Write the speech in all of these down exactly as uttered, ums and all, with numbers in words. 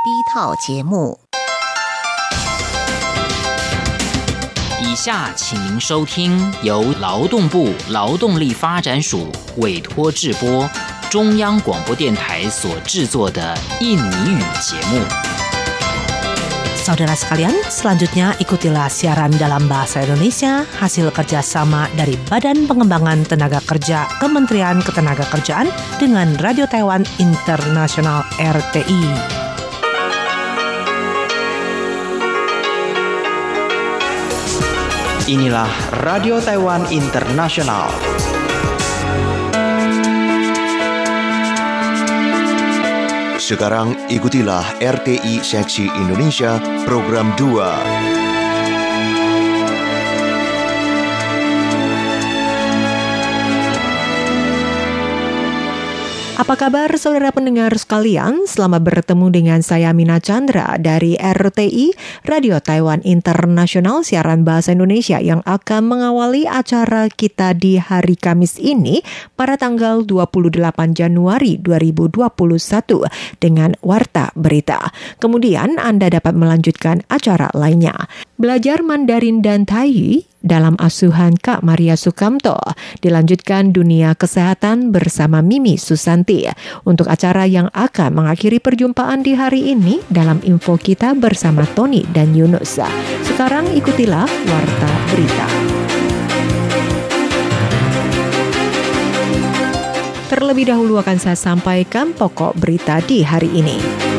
B 套节目。 以下请您收听由劳动部劳动力发展署委托制播，中央广播电台所制作的印尼语节目。 Saudara sekalian, selanjutnya ikutilah siaran dalam bahasa Indonesia hasil kerjasama dari Badan Pengembangan Tenaga Kerja Kementerian Ketenagakerjaan dengan Radio Taiwan International R T I. Inilah Radio Taiwan International. Sekarang ikutilah R T I Seksi Indonesia Program dua. Apa kabar saudara pendengar sekalian? Selamat bertemu dengan saya Mina Chandra dari R T I Radio Taiwan International siaran bahasa Indonesia yang akan mengawali acara kita di hari Kamis ini pada tanggal dua puluh delapan Januari dua ribu dua puluh satu dengan Warta Berita. Kemudian Anda dapat melanjutkan acara lainnya. Belajar Mandarin dan Tai dalam asuhan Kak Maria Sukamto. Dilanjutkan Dunia Kesehatan bersama Mimi Susanti. Untuk acara yang akan mengakhiri perjumpaan di hari ini dalam info kita bersama Tony dan Yunus. Sekarang ikutilah Warta Berita. Terlebih dahulu akan saya sampaikan pokok berita di hari ini.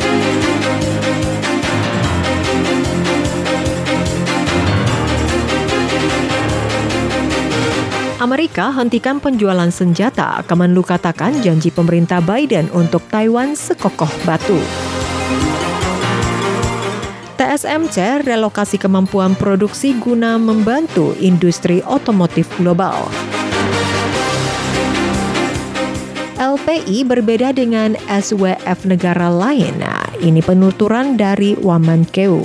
Amerika hentikan penjualan senjata. Kemenlu katakan janji pemerintah Biden untuk Taiwan sekokoh batu. T S M C relokasi kemampuan produksi guna membantu industri otomotif global. L P I berbeda dengan S W F negara lain. Nah, ini penuturan dari Wamenkeu.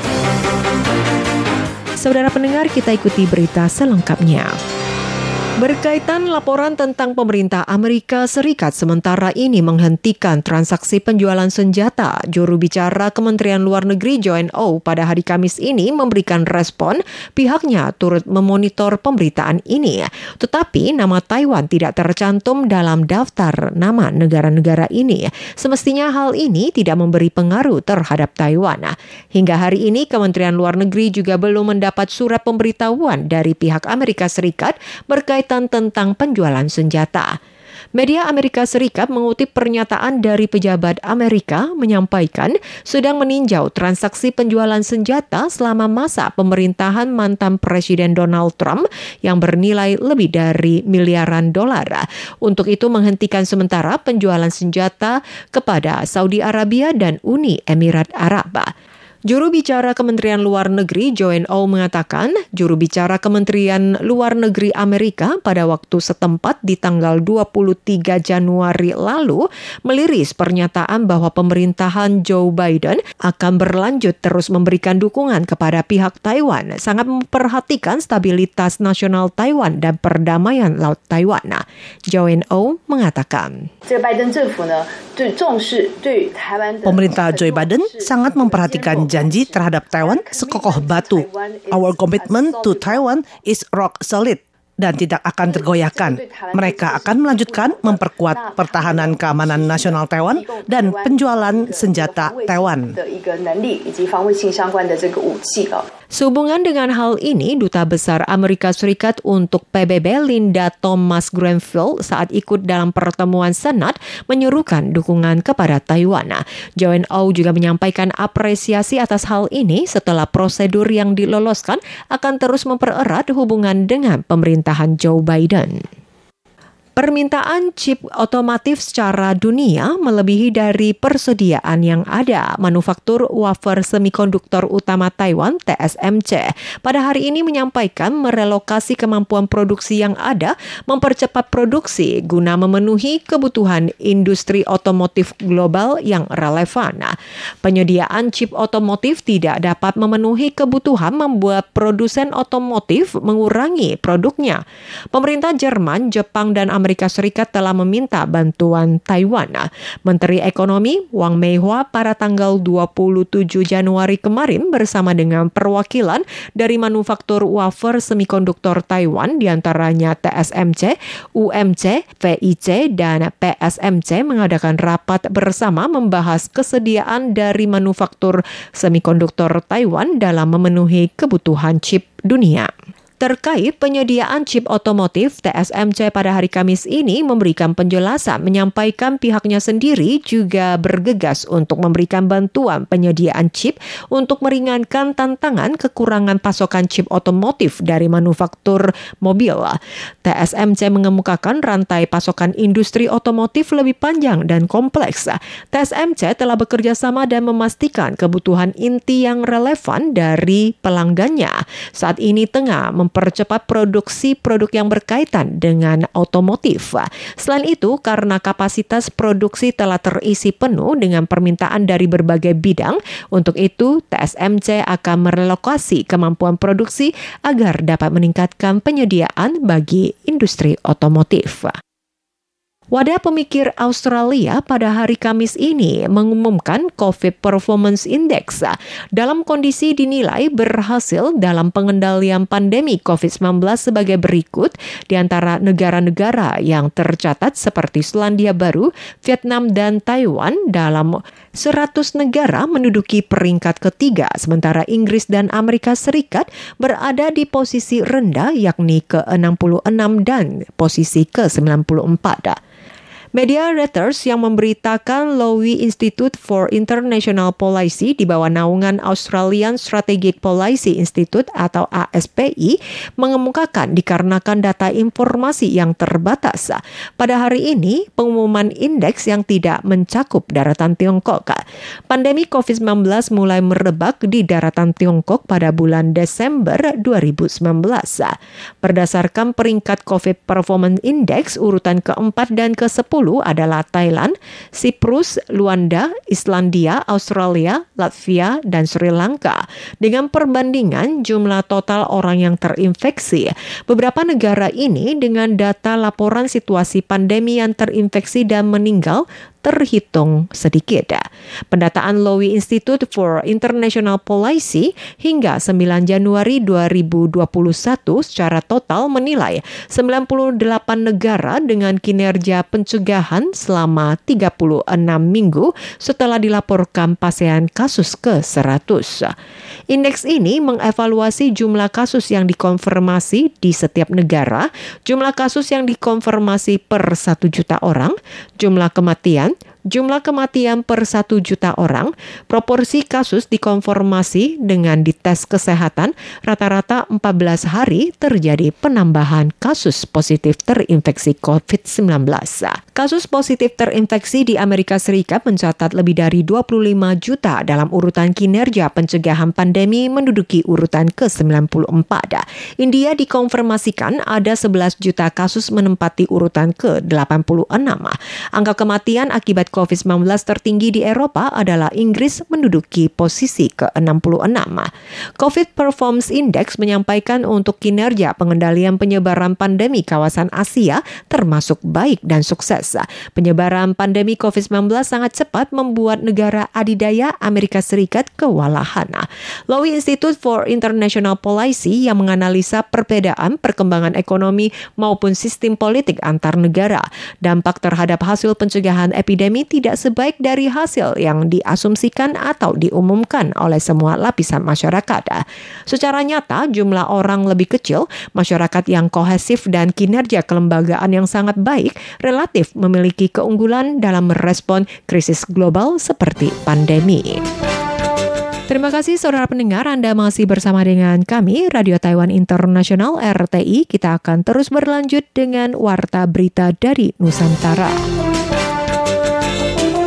Saudara pendengar, kita ikuti berita selengkapnya. Berkaitan laporan tentang pemerintah Amerika Serikat sementara ini menghentikan transaksi penjualan senjata, juru bicara Kementerian Luar Negeri Joanne Oh pada hari Kamis ini memberikan respon pihaknya turut memonitor pemberitaan ini. Tetapi nama Taiwan tidak tercantum dalam daftar nama negara-negara ini. Semestinya hal ini tidak memberi pengaruh terhadap Taiwan. Hingga hari ini Kementerian Luar Negeri juga belum mendapat surat pemberitahuan dari pihak Amerika Serikat berkaitan tentang penjualan senjata. Media Amerika Serikat mengutip pernyataan dari pejabat Amerika menyampaikan sedang meninjau transaksi penjualan senjata selama masa pemerintahan mantan Presiden Donald Trump yang bernilai lebih dari miliaran dolar. Untuk itu menghentikan sementara penjualan senjata kepada Saudi Arabia dan Uni Emirat Arab. Juru bicara Kementerian Luar Negeri Joanne Oh mengatakan, juru bicara Kementerian Luar Negeri Amerika pada waktu setempat di tanggal dua puluh tiga Januari lalu meliris pernyataan bahwa pemerintahan Joe Biden akan berlanjut terus memberikan dukungan kepada pihak Taiwan, sangat memperhatikan stabilitas nasional Taiwan dan perdamaian Laut Taiwan. Joanne Oh mengatakan, pemerintah Joe Biden sangat memperhatikan janji terhadap Taiwan sekokoh batu. Our commitment to Taiwan is rock solid dan tidak akan tergoyahkan. Mereka akan melanjutkan memperkuat pertahanan keamanan nasional Taiwan dan penjualan senjata Taiwan. Sehubungan dengan hal ini, Duta Besar Amerika Serikat untuk P B B Linda Thomas Greenfield saat ikut dalam pertemuan Senat menyerukan dukungan kepada Taiwan. Joanne Oh juga menyampaikan apresiasi atas hal ini setelah prosedur yang diloloskan akan terus mempererat hubungan dengan pemerintahan Joe Biden. Permintaan chip otomotif secara dunia melebihi dari persediaan yang ada. Manufaktur wafer semikonduktor utama Taiwan, T S M C, pada hari ini menyampaikan merelokasi kemampuan produksi yang ada, mempercepat produksi guna memenuhi kebutuhan industri otomotif global yang relevan. Penyediaan chip otomotif tidak dapat memenuhi kebutuhan membuat produsen otomotif mengurangi produknya. Pemerintah Jerman, Jepang, dan Amerika Amerika Serikat telah meminta bantuan Taiwan. Menteri Ekonomi Wang Meihua pada tanggal dua puluh tujuh Januari kemarin bersama dengan perwakilan dari manufaktur wafer semikonduktor Taiwan diantaranya T S M C, U M C, V I C, dan P S M C mengadakan rapat bersama membahas kesediaan dari manufaktur semikonduktor Taiwan dalam memenuhi kebutuhan chip dunia. Terkait penyediaan chip otomotif, T S M C pada hari Kamis ini memberikan penjelasan menyampaikan pihaknya sendiri juga bergegas untuk memberikan bantuan penyediaan chip untuk meringankan tantangan kekurangan pasokan chip otomotif dari manufaktur mobil. T S M C mengemukakan rantai pasokan industri otomotif lebih panjang dan kompleks. T S M C telah bekerja sama dan memastikan kebutuhan inti yang relevan dari pelanggannya. Saat ini tengah mempercepat produksi produk yang berkaitan dengan otomotif. Selain itu, karena kapasitas produksi telah terisi penuh dengan permintaan dari berbagai bidang, untuk itu T S M C akan merelokasi kemampuan produksi agar dapat meningkatkan penyediaan bagi industri otomotif. Wadah Pemikir Australia pada hari Kamis ini mengumumkan COVID Performance Index dalam kondisi dinilai berhasil dalam pengendalian pandemi covid sembilan belas sebagai berikut di antara negara-negara yang tercatat seperti Selandia Baru, Vietnam, dan Taiwan. Dalam seratus negara menduduki peringkat ketiga, sementara Inggris dan Amerika Serikat berada di posisi rendah yakni ke enam puluh enam dan posisi ke sembilan puluh empat. Media Reuters yang memberitakan Lowy Institute for International Policy di bawah naungan Australian Strategic Policy Institute atau A S P I mengemukakan dikarenakan data informasi yang terbatas. Pada hari ini, pengumuman indeks yang tidak mencakup daratan Tiongkok. Pandemi covid sembilan belas mulai merebak di daratan Tiongkok pada bulan Desember dua ribu sembilan belas. Berdasarkan peringkat COVID Performance Index, urutan keempat dan ke sepuluh adalah Thailand, Siprus, Luanda, Islandia, Australia, Latvia, dan Sri Lanka. Dengan perbandingan jumlah total orang yang terinfeksi, beberapa negara ini dengan data laporan situasi pandemi yang terinfeksi dan meninggal terhitung sedikit. Pendataan Lowy Institute for International Policy hingga sembilan Januari dua ribu dua puluh satu secara total menilai sembilan puluh delapan negara dengan kinerja pencegahan selama tiga puluh enam minggu setelah dilaporkan pasien kasus ke seratus. Indeks ini mengevaluasi jumlah kasus yang dikonfirmasi di setiap negara, jumlah kasus yang dikonfirmasi per satu juta orang, jumlah kematian, jumlah kematian per satu juta orang, proporsi kasus dikonfirmasi dengan dites kesehatan, rata-rata empat belas hari terjadi penambahan kasus positif terinfeksi covid sembilan belas. Kasus positif terinfeksi di Amerika Serikat mencatat lebih dari dua puluh lima juta dalam urutan kinerja pencegahan pandemi menduduki urutan ke sembilan puluh empat. India dikonfirmasikan ada sebelas juta kasus menempati urutan ke delapan puluh enam. Angka kematian akibat covid sembilan belas tertinggi di Eropa adalah Inggris menduduki posisi ke enam puluh enam. COVID Performance Index menyampaikan untuk kinerja pengendalian penyebaran pandemi kawasan Asia termasuk baik dan sukses. Penyebaran pandemi covid sembilan belas sangat cepat membuat negara adidaya Amerika Serikat kewalahan. Lowy Institute for International Policy yang menganalisa perbedaan perkembangan ekonomi maupun sistem politik antar negara. Dampak terhadap hasil pencegahan epidemi tidak sebaik dari hasil yang diasumsikan atau diumumkan oleh semua lapisan masyarakat. Secara nyata, jumlah orang lebih kecil, masyarakat yang kohesif dan kinerja kelembagaan yang sangat baik relatif memiliki keunggulan dalam merespon krisis global seperti pandemi. Terima kasih saudara pendengar, Anda masih bersama dengan kami, Radio Taiwan International R T I. Kita akan terus berlanjut dengan Warta Berita dari Nusantara.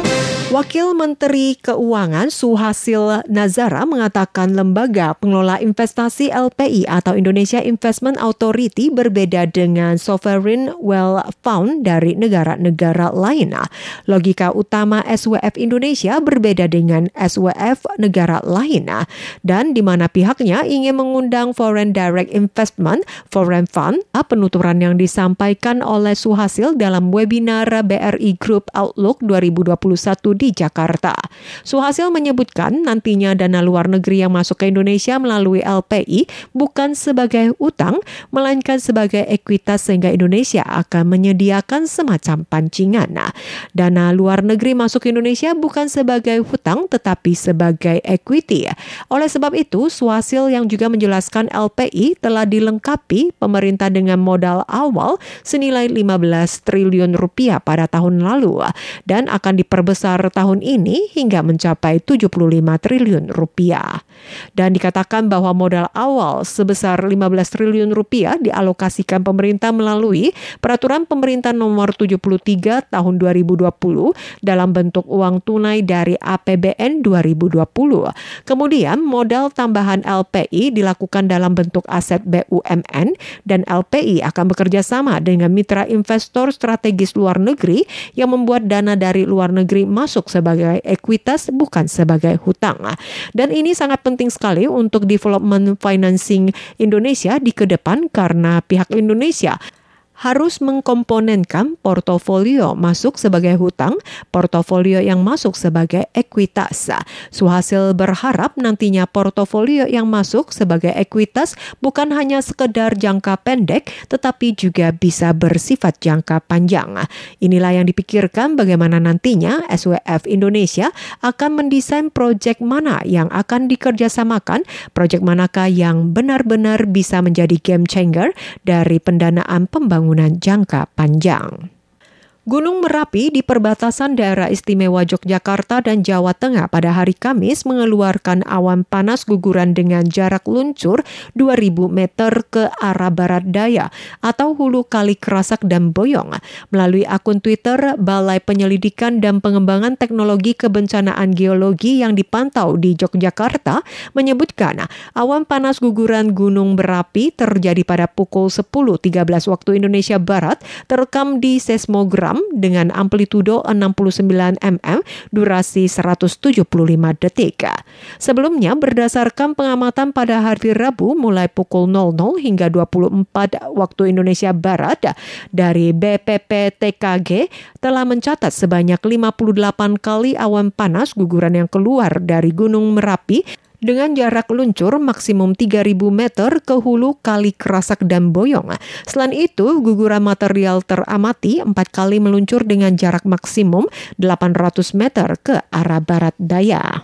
Wakil Menteri Keuangan Suhasil Nazara mengatakan lembaga pengelola investasi L P I atau Indonesia Investment Authority berbeda dengan Sovereign Wealth Fund dari negara-negara lain. Logika utama S W F Indonesia berbeda dengan S W F negara lain dan di mana pihaknya ingin mengundang Foreign Direct Investment Foreign Fund. Penuturan yang disampaikan oleh Suhasil dalam webinar B R I Group Outlook dua ribu dua puluh satu di Jakarta. Suhasil menyebutkan nantinya dana luar negeri yang masuk ke Indonesia melalui L P I bukan sebagai utang, melainkan sebagai ekuitas sehingga Indonesia akan menyediakan semacam pancingan. Nah, dana luar negeri masuk ke Indonesia bukan sebagai hutang tetapi sebagai equity. Oleh sebab itu, Suhasil yang juga menjelaskan L P I telah dilengkapi pemerintah dengan modal awal senilai lima belas triliun rupiah pada tahun lalu dan akan diperbesar tahun ini hingga mencapai tujuh puluh lima triliun rupiah. Dan dikatakan bahwa modal awal sebesar lima belas triliun rupiah dialokasikan pemerintah melalui Peraturan Pemerintah Nomor tujuh puluh tiga Tahun dua ribu dua puluh dalam bentuk uang tunai dari A P B N dua ribu dua puluh. Kemudian modal tambahan L P I dilakukan dalam bentuk aset B U M N dan L P I akan bekerja sama dengan mitra investor strategis luar negeri yang membuat dana dari luar negeri masuk sebagai ekuitas bukan sebagai hutang. Dan ini sangat penting sekali untuk development financing Indonesia di ke depan karena pihak Indonesia harus mengkomponenkan portofolio masuk sebagai hutang, portofolio yang masuk sebagai ekuitas. Suhasil berharap nantinya portofolio yang masuk sebagai ekuitas bukan hanya sekedar jangka pendek, tetapi juga bisa bersifat jangka panjang. Inilah yang dipikirkan bagaimana nantinya S W F Indonesia akan mendesain proyek mana yang akan dikerjasamakan, proyek manakah yang benar-benar bisa menjadi game changer dari pendanaan pembangunan jangka panjang. Gunung Merapi di perbatasan daerah istimewa Yogyakarta dan Jawa Tengah pada hari Kamis mengeluarkan awan panas guguran dengan jarak luncur dua ribu meter ke arah barat daya atau hulu Kali Kerasak dan Boyong. Melalui akun Twitter, Balai Penyelidikan dan Pengembangan Teknologi Kebencanaan Geologi yang dipantau di Yogyakarta menyebutkan awan panas guguran Gunung Merapi terjadi pada pukul sepuluh tiga belas waktu Indonesia Barat, terekam di seismogram dengan amplitudo enam puluh sembilan milimeter, durasi seratus tujuh puluh lima detik. Sebelumnya, berdasarkan pengamatan pada hari Rabu mulai pukul nol nol hingga dua puluh empat waktu Indonesia Barat, dari B P P T K G telah mencatat sebanyak lima puluh delapan kali awan panas guguran yang keluar dari Gunung Merapi dengan jarak luncur maksimum tiga ribu meter ke hulu Kali Kerasak dan Boyong. Selain itu, guguran material teramati empat kali meluncur dengan jarak maksimum delapan ratus meter ke arah barat daya.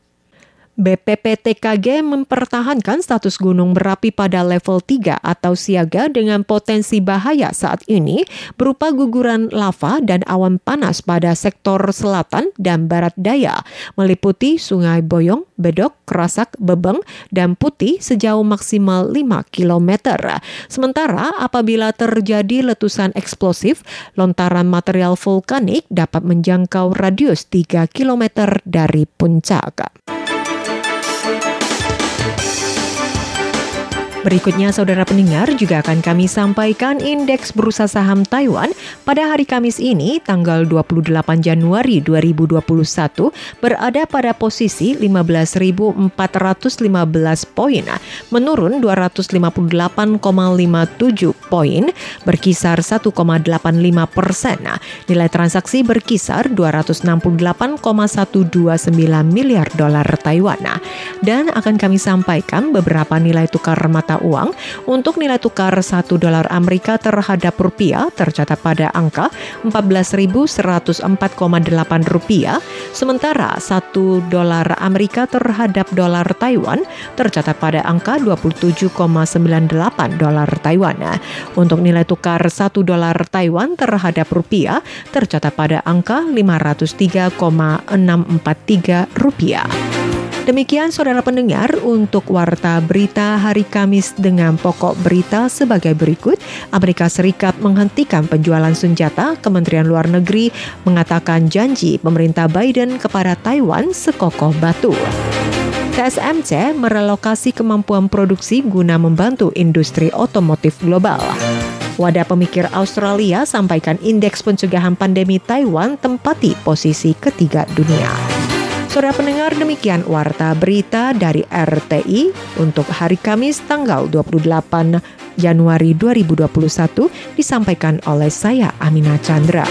B P P T K G mempertahankan status Gunung Merapi pada level tiga atau siaga dengan potensi bahaya saat ini berupa guguran lava dan awan panas pada sektor selatan dan barat daya, meliputi Sungai Boyong, Bedok, Kerasak, Bebeng, dan Putih sejauh maksimal lima kilometer. Sementara apabila terjadi letusan eksplosif, lontaran material vulkanik dapat menjangkau radius tiga kilometer dari puncak. Berikutnya, saudara pendengar, juga akan kami sampaikan indeks bursa saham Taiwan pada hari Kamis ini, tanggal dua puluh delapan Januari dua ribu dua puluh satu, berada pada posisi lima belas ribu empat ratus lima belas poin, menurun dua ratus lima puluh delapan koma lima tujuh poin, berkisar satu koma delapan lima persen. Nilai transaksi berkisar dua ratus enam puluh delapan koma seratus dua puluh sembilan miliar dolar Taiwan. Dan akan kami sampaikan beberapa nilai tukar mata uang. Untuk nilai tukar satu dolar Amerika terhadap rupiah tercatat pada angka empat belas ribu seratus empat koma delapan rupiah, sementara satu dolar Amerika terhadap dolar Taiwan tercatat pada angka dua puluh tujuh koma sembilan delapan dolar Taiwan. Untuk nilai tukar satu dolar Taiwan terhadap rupiah tercatat pada angka lima ratus tiga koma enam empat tiga rupiah. Demikian saudara pendengar untuk Warta Berita hari Kamis dengan pokok berita sebagai berikut. Amerika Serikat menghentikan penjualan senjata. Kementerian Luar Negeri mengatakan janji pemerintah Biden kepada Taiwan sekokoh batu. T S M C merelokasi kemampuan produksi guna membantu industri otomotif global. Wadah pemikir Australia sampaikan indeks pencegahan pandemi Taiwan tempati posisi ketiga dunia. Saudara pendengar, demikian Warta Berita dari R T I untuk hari Kamis tanggal dua puluh delapan Januari dua ribu dua puluh satu disampaikan oleh saya Amina Chandra.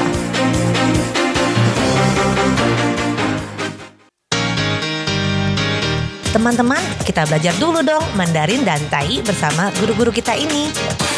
Teman-teman, kita belajar dulu dong Mandarin dan Tai bersama guru-guru kita ini.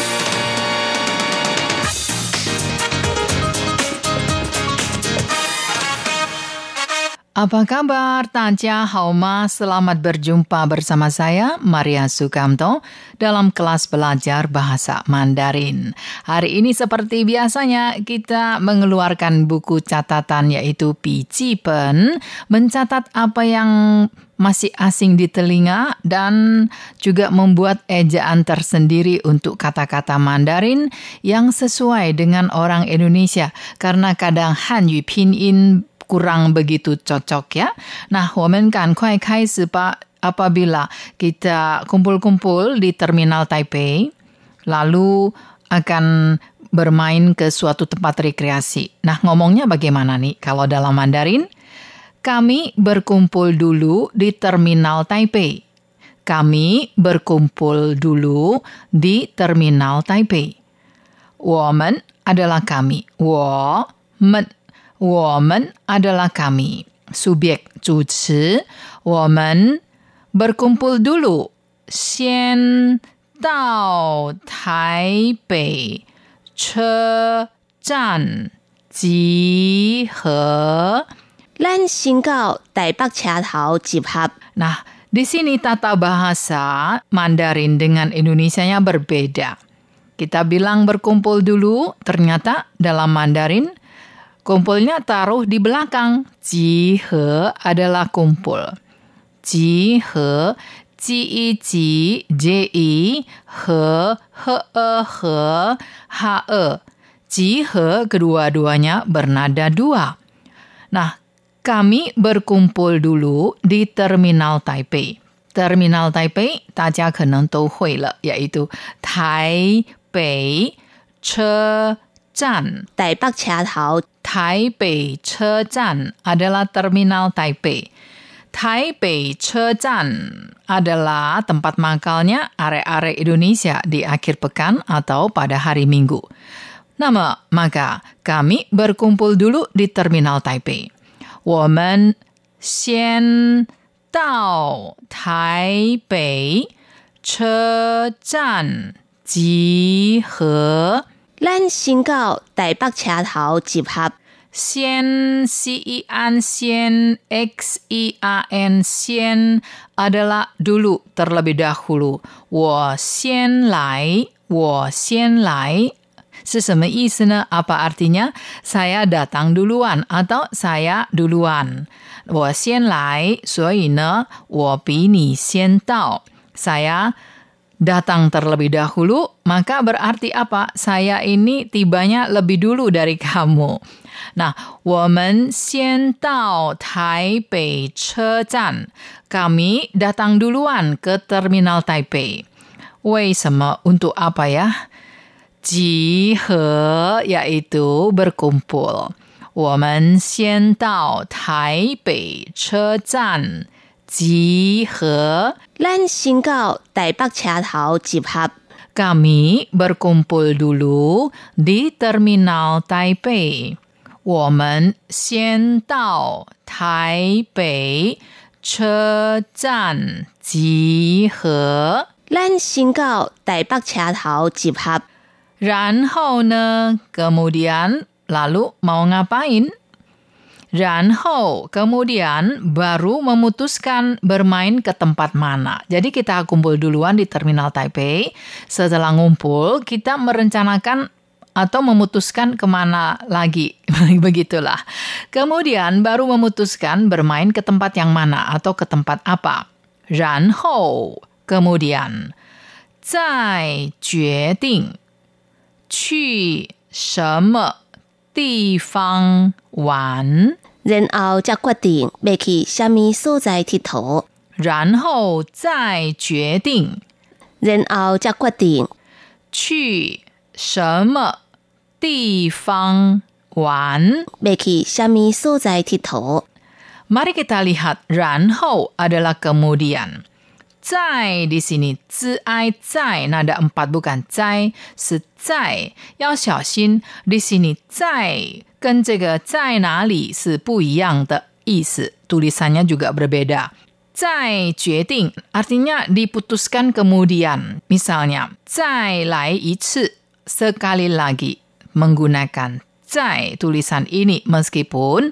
Apa kabar? Tanja Hauma, selamat berjumpa bersama saya, Maria Sukamto, dalam kelas belajar bahasa Mandarin. Hari ini seperti biasanya, kita mengeluarkan buku catatan yaitu Pici Pen, mencatat apa yang masih asing di telinga dan juga membuat ejaan tersendiri untuk kata-kata Mandarin yang sesuai dengan orang Indonesia. Karena kadang Hanyu Pinyin kurang begitu cocok ya. Nah, 我们赶快开始吧. Apabila kita kumpul-kumpul di Terminal Taipei, lalu akan bermain ke suatu tempat rekreasi. Nah, ngomongnya bagaimana nih? Kalau dalam Mandarin, kami berkumpul dulu di Terminal Taipei. Kami berkumpul dulu di Terminal Taipei. 我们 adalah kami. 我们我们 adalah kami. Subjek 主词，我们 berkumpul dulu. 先到台北车站集合。 咱先到台北車頭集合。 Nah, di sini tata bahasa Mandarin dengan Indonesianya berbeda. Kita bilang berkumpul dulu, ternyata dalam Mandarin kumpulnya taruh di belakang. Jihe adalah kumpul. Jihe, ji-i-ji, ji-i, he, he-e, he, ha-e. Jihe kedua-duanya bernada dua. Nah, kami berkumpul dulu di Terminal Taipei. Terminal Taipei, 大家可能都会了, yaitu 台北车站。 台北車頭。 Taipei 車站 adalah Terminal Taipei. Taipei 車站 adalah tempat makalnya arek-arek Indonesia di akhir pekan atau pada hari Minggu. Nama, maka kami berkumpul dulu di Terminal Taipei. 我们先到台北車站集合。 咱先到台北車頭集合。 先 C-I-N, 先 X-I-A-N, 先 adalah dulu, terlebih dahulu. 我先来, 我先来 是什么意思呢? Apa artinya? Saya datang duluan atau saya duluan. 我先来, 所以呢, 我比你先到. Saya datang terlebih dahulu, maka berarti apa? Saya ini tibanya lebih dulu dari kamu. Nah, 我们先到台北车站. Kami datang duluan ke Terminal Taipei. 为什么? Untuk apa ya? 集合, yaitu berkumpul. 我们先到台北车站集合。 咱先到台北車頭集合。 Kami berkumpul dulu di Terminal Taipei. 我们先到台北車站集合。 咱先到台北車頭集合。 然後呢, kemudian, lalu mau ngapain? 然后, kemudian baru memutuskan bermain ke tempat mana. Jadi kita kumpul duluan di Terminal Taipei. Setelah ngumpul, kita merencanakan atau memutuskan kemana lagi. Begitulah. Kemudian baru memutuskan bermain ke tempat yang mana atau ke tempat apa. 然后 kemudian 再决定去什么地方玩， 然后才决定要去什么所在佚佗， 然后再决定然后才决定去什么地方玩， 要去什么所在佚佗。 Mari kita lihat 然后 adalah kemudian. 在 di sini 自爱在 nada empat bukan 在 是在，要小心 di sini 在 跟这个在哪里是不一样的意思， tulisannya juga berbeda. 再决定 artinya diputuskan kemudian. Misalnya 再来一次 sekali lagi menggunakan 在 tulisan ini meskipun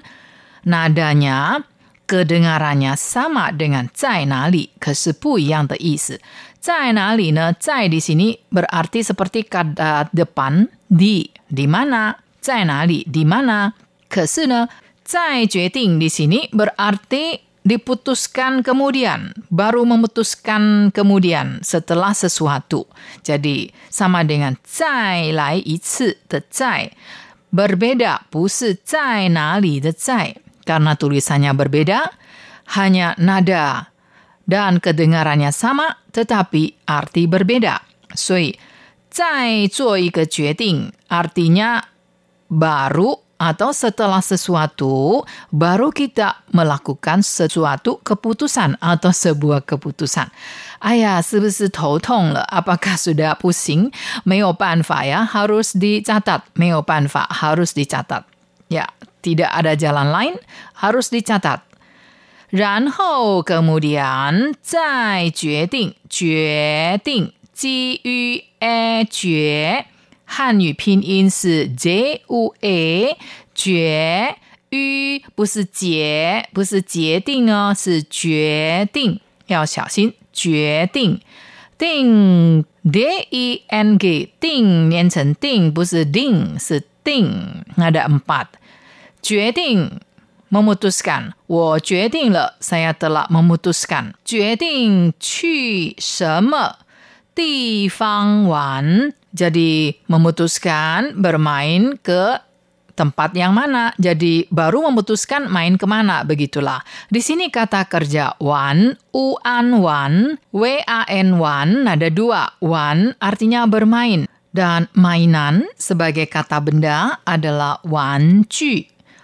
nadanya kedengarannya sama dengan 在哪里 可是不一样的意思。在哪里呢？在 di sini berarti seperti kata depan di di mana， 在哪里 di mana。可是呢，在决定 di sini berarti diputuskan kemudian, baru memutuskan kemudian setelah sesuatu. Jadi sama dengan 再来一次的在， berbeda 不是在哪里的在。Karena tulisannya berbeda, hanya nada dan kedengarannya sama, tetapi arti berbeda. 所以再做一个决定 artinya baru atau setelah sesuatu, baru kita melakukan sesuatu keputusan atau sebuah keputusan. 哎呀，是不是头痛了？ Apakah sudah pusing? 没有办法呀， harus dicatat. 没有办法 harus dicatat. Ya, tidak ada jalan lain, harus dicatat. 然后 kemudian 再决定决定 J U E 决 汉语拼音是 J U E 决 U 不是决不是决定哦，是决定，要小心决定定 D I N G 定念成定，不是定，是定，ada empat。决定 memutuskan， 我决定了 saya telah memutuskan， 决定去什么地方玩， jadi memutuskan bermain ke tempat yang mana, jadi baru memutuskan main kemana, begitulah. Di sini kata kerja wan, u-an wan, w-a-n wan, ada dua. Wan artinya bermain, dan mainan sebagai kata benda adalah wan ju.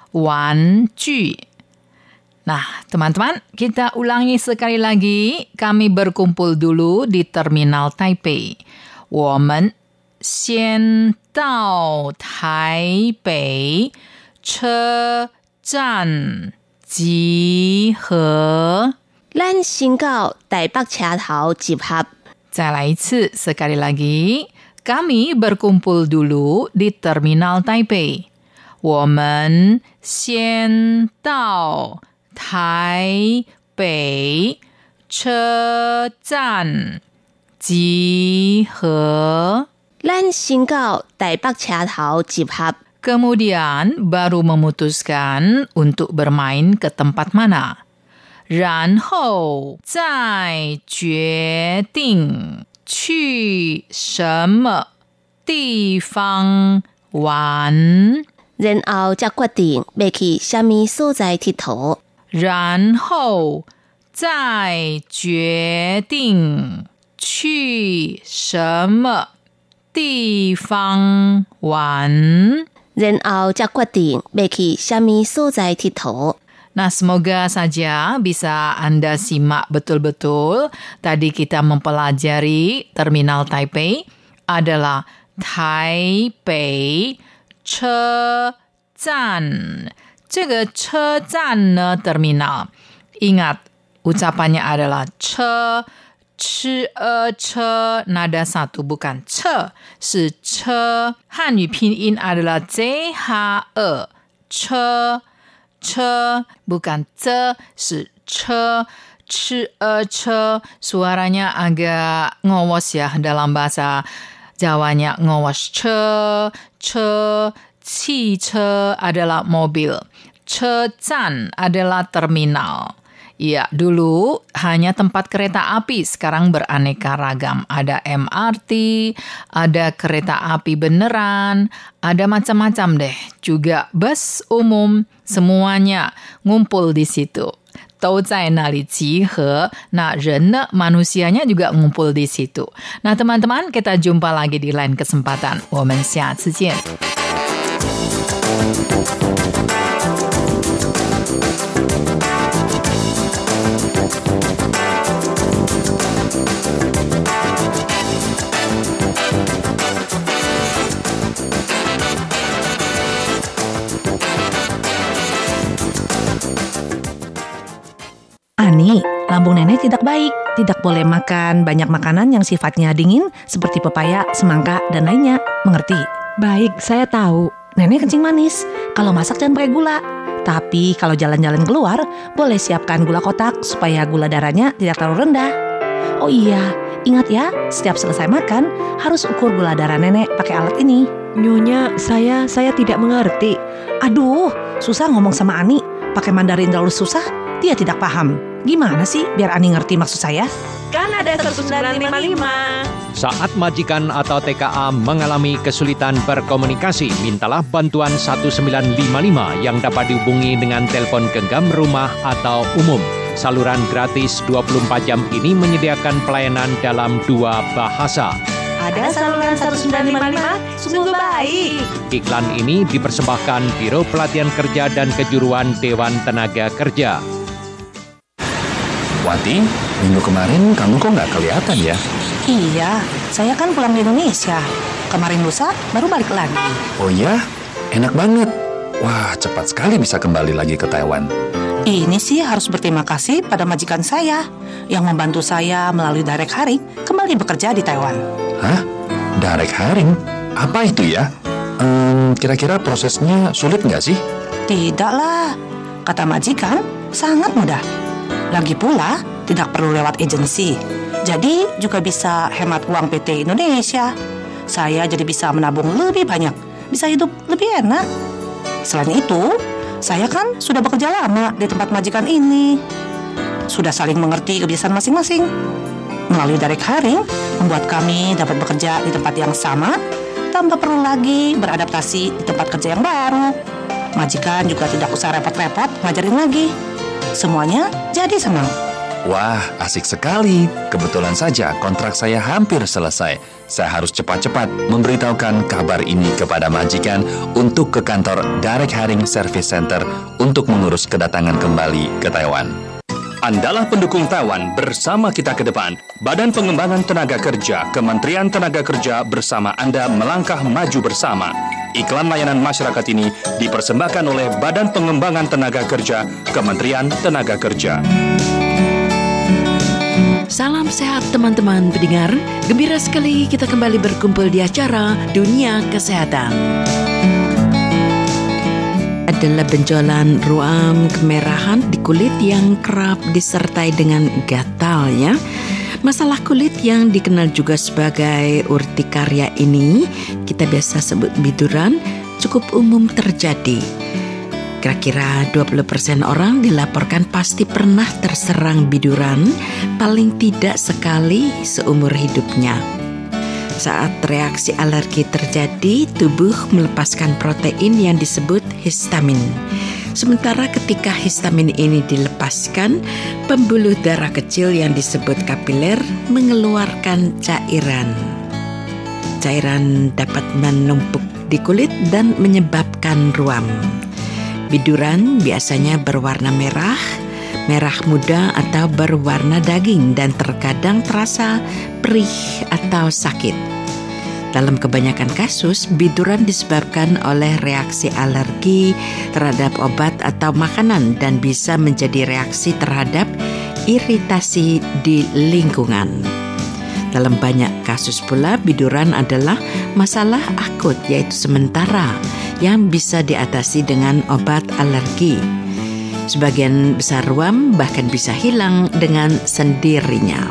Wan ju. Nah, teman-teman, kita ulangi sekali lagi. Kami berkumpul dulu di Terminal Taipei. 我们先到台北车站集合。 咱先到台北车头集合。 再来一次, sekali lagi. Kami berkumpul dulu di Terminal Taipei. 我们先到台北车站集合。 咱先到台北车头集合。 Kemudian baru memutuskan untuk bermain ke tempat mana. 然后再决定去什么地方玩。 然后才决定要去什么所在佚佗。 然后再决定去什么地方玩。 然后才决定要去什么所在佚佗。 Nah, semoga saja bisa Anda simak betul-betul. Tadi kita mempelajari Terminal Taipei adalah Taipei 车站。这个车站呢 terminal. Ingat, ucapannya adalah 车 吃 e 车 nada satu bukan 车 是 车 汉语拼音adalah J H E 车 车 bukan 这 是 车 吃 e 车 suaranya agak ngowos ya dalam bahasa Jawanya ngawas che, che, qi che adalah mobil. Che zan adalah terminal. Ya, dulu hanya tempat kereta api, sekarang beraneka ragam. Ada M R T, ada kereta api beneran, ada macam-macam deh. Juga bus umum, semuanya ngumpul di situ. Tau zai nali jihe, nah ren manusianya juga ngumpul di situ. Nah teman-teman, kita jumpa lagi di lain kesempatan. 我们下次见. Ani, lambung nenek tidak baik. Tidak boleh makan banyak makanan yang sifatnya dingin seperti pepaya, semangka, dan lainnya. Mengerti? Baik, saya tahu. Nenek kencing manis. Kalau masak jangan pakai gula. Tapi kalau jalan-jalan keluar, boleh siapkan gula kotak supaya gula darahnya tidak terlalu rendah. Oh iya, ingat ya, setiap selesai makan harus ukur gula darah nenek pakai alat ini. Nyonya, saya saya tidak mengerti. Aduh, susah ngomong sama Ani. Pakai Mandarin terlalu susah, dia tidak paham. Gimana sih biar Ani ngerti maksud saya? Kan ada satu sembilan lima lima. Saat majikan atau T K A mengalami kesulitan berkomunikasi, mintalah bantuan satu sembilan lima lima yang dapat dihubungi dengan telepon genggam rumah atau umum. Saluran gratis dua puluh empat jam ini menyediakan pelayanan dalam dua bahasa. Ada saluran satu sembilan lima lima, sungguh baik. Iklan ini dipersembahkan Biro Pelatihan Kerja dan Kejuruan Dewan Tenaga Kerja. Wati, minggu kemarin kamu kok nggak kelihatan ya? Iya, saya kan pulang di Indonesia. Kemarin lusa baru balik lagi. Oh ya? Enak banget. Wah, cepat sekali bisa kembali lagi ke Taiwan. Ini sih harus berterima kasih pada majikan saya yang membantu saya melalui direct hiring kembali bekerja di Taiwan. Hah? Direct hiring? Apa itu ya? Hmm, kira-kira prosesnya sulit nggak sih? Tidaklah, kata majikan sangat mudah. Lagi pula tidak perlu lewat agensi. Jadi juga bisa hemat uang P T Indonesia. Saya jadi bisa menabung lebih banyak, bisa hidup lebih enak. Selain itu, saya kan sudah bekerja lama di tempat majikan ini. Sudah saling mengerti kebiasaan masing-masing. Melalui direct hiring, membuat kami dapat bekerja di tempat yang sama tanpa perlu lagi beradaptasi di tempat kerja yang baru. Majikan juga tidak usah repot-repot ngajarin lagi. Semuanya jadi senang. Wah, asik sekali. Kebetulan saja kontrak saya hampir selesai. Saya harus cepat-cepat memberitahukan kabar ini kepada majikan untuk ke kantor Direct Hiring Service Center untuk mengurus kedatangan kembali ke Taiwan. Andalah pendukung Taiwan bersama kita ke depan. Badan Pengembangan Tenaga Kerja, Kementerian Tenaga Kerja bersama Anda melangkah maju bersama. Iklan layanan masyarakat ini dipersembahkan oleh Badan Pengembangan Tenaga Kerja, Kementerian Tenaga Kerja. Salam sehat teman-teman pendengar. Gembira sekali kita kembali berkumpul di acara Dunia Kesehatan. Adalah benjolan ruam kemerahan di kulit yang kerap disertai dengan gatal ya. Masalah kulit yang dikenal juga sebagai urtikaria ini kita biasa sebut biduran cukup umum terjadi. Kira-kira dua puluh persen orang dilaporkan pasti pernah terserang biduran paling tidak sekali seumur hidupnya. Saat reaksi alergi terjadi, tubuh melepaskan protein yang disebut histamin. Sementara ketika histamin ini dilepaskan, pembuluh darah kecil yang disebut kapiler mengeluarkan cairan. Cairan dapat menumpuk di kulit dan menyebabkan ruam. Biduran biasanya berwarna merah, merah muda atau berwarna daging dan terkadang terasa perih atau sakit. Dalam kebanyakan kasus, biduran disebabkan oleh reaksi alergi terhadap obat atau makanan dan bisa menjadi reaksi terhadap iritasi di lingkungan. Dalam banyak kasus pula, biduran adalah masalah akut yaitu sementara yang bisa diatasi dengan obat alergi. Sebagian besar ruam bahkan bisa hilang dengan sendirinya.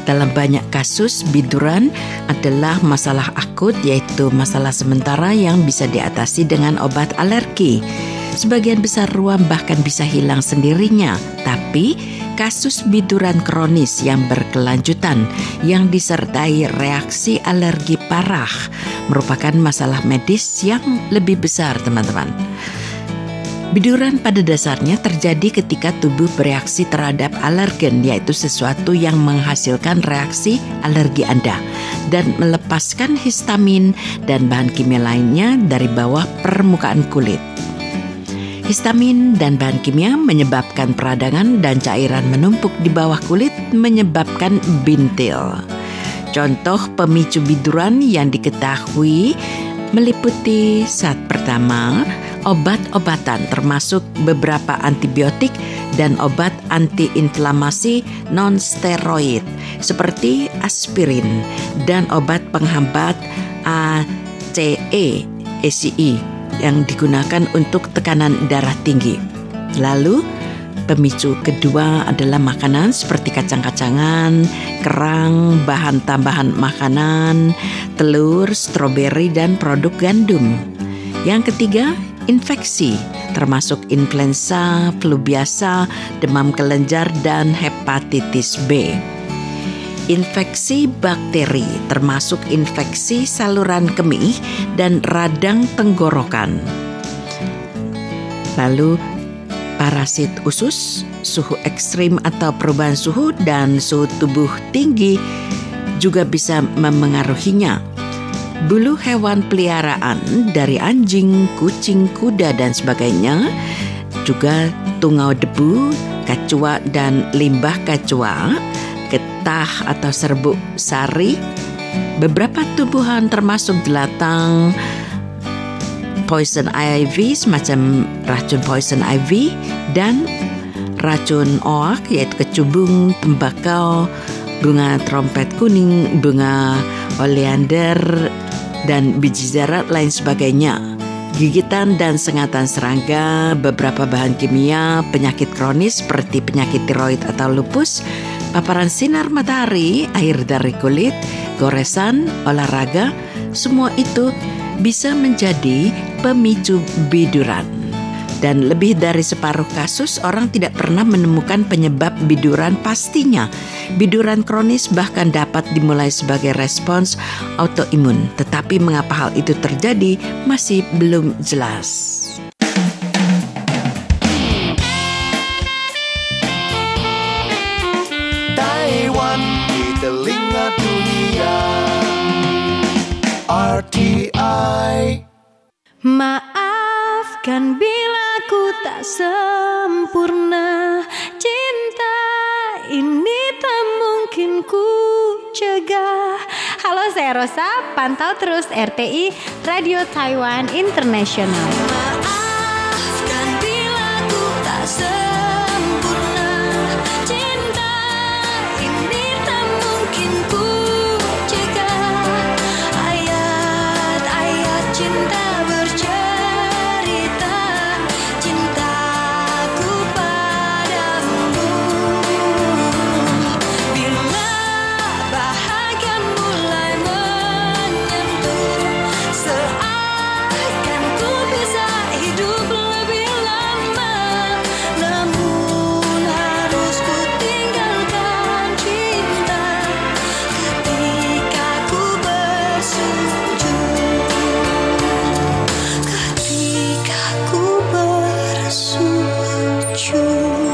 Dalam banyak kasus, biduran adalah masalah akut, yaitu masalah sementara yang bisa diatasi dengan obat alergi. Sebagian besar ruam bahkan bisa hilang sendirinya, tapi kasus biduran kronis yang berkelanjutan yang disertai reaksi alergi parah merupakan masalah medis yang lebih besar, teman-teman. Biduran pada dasarnya terjadi ketika tubuh bereaksi terhadap alergen, yaitu sesuatu yang menghasilkan reaksi alergi Anda dan melepaskan histamin dan bahan kimia lainnya dari bawah permukaan kulit. Histamin dan bahan kimia menyebabkan peradangan dan cairan menumpuk di bawah kulit, menyebabkan bintil. Contoh pemicu biduran yang diketahui meliputi saat pertama, obat-obatan termasuk beberapa antibiotik dan obat antiinflamasi non-steroid seperti aspirin dan obat penghambat A C E A C E yang digunakan untuk tekanan darah tinggi. Lalu pemicu kedua adalah makanan seperti kacang-kacangan, kerang, bahan tambahan makanan, telur, stroberi, dan produk gandum. Yang ketiga, infeksi, termasuk influenza, flu biasa, demam kelenjar, dan hepatitis B. Infeksi bakteri, termasuk infeksi saluran kemih dan radang tenggorokan. Lalu, parasit usus, suhu ekstrim atau perubahan suhu, dan suhu tubuh tinggi juga bisa memengaruhinya. Bulu hewan peliharaan dari anjing, kucing, kuda, dan sebagainya, juga tungau debu, kacua dan limbah kacua, getah atau serbuk sari, beberapa tumbuhan termasuk jelatang, poison ivy semacam racun poison ivy, dan racun oak yaitu kecubung, tembakau, bunga trompet kuning, bunga oleander, dan biji zarat lain sebagainya. Gigitan dan sengatan serangga, beberapa bahan kimia, penyakit kronis seperti penyakit tiroid atau lupus, paparan sinar matahari, air dari kulit, goresan, olahraga, semua itu bisa menjadi pemicu biduran. Dan lebih dari separuh kasus orang tidak pernah menemukan penyebab biduran pastinya. Biduran kronis bahkan dapat dimulai sebagai respons autoimun. Tetapi mengapa hal itu terjadi masih belum jelas. Taiwan di telinga dunia. R T I. Maafkan bila ku tak sempurna, cinta ini tak mungkin ku cegah. Halo, saya Rosa, pantau terus R T I Radio Taiwan International. Maafkan bila ku tak sempurna, cinta ini tak mungkin ku cegah. Ayat-ayat cinta bercerita cintaku padamu. Bila bahagia mulai menyentuh, seakan ku bisa hidup lebih lama. Namun harus ku tinggalkan cinta ketika ku bersujud. Ketika ku bersujud.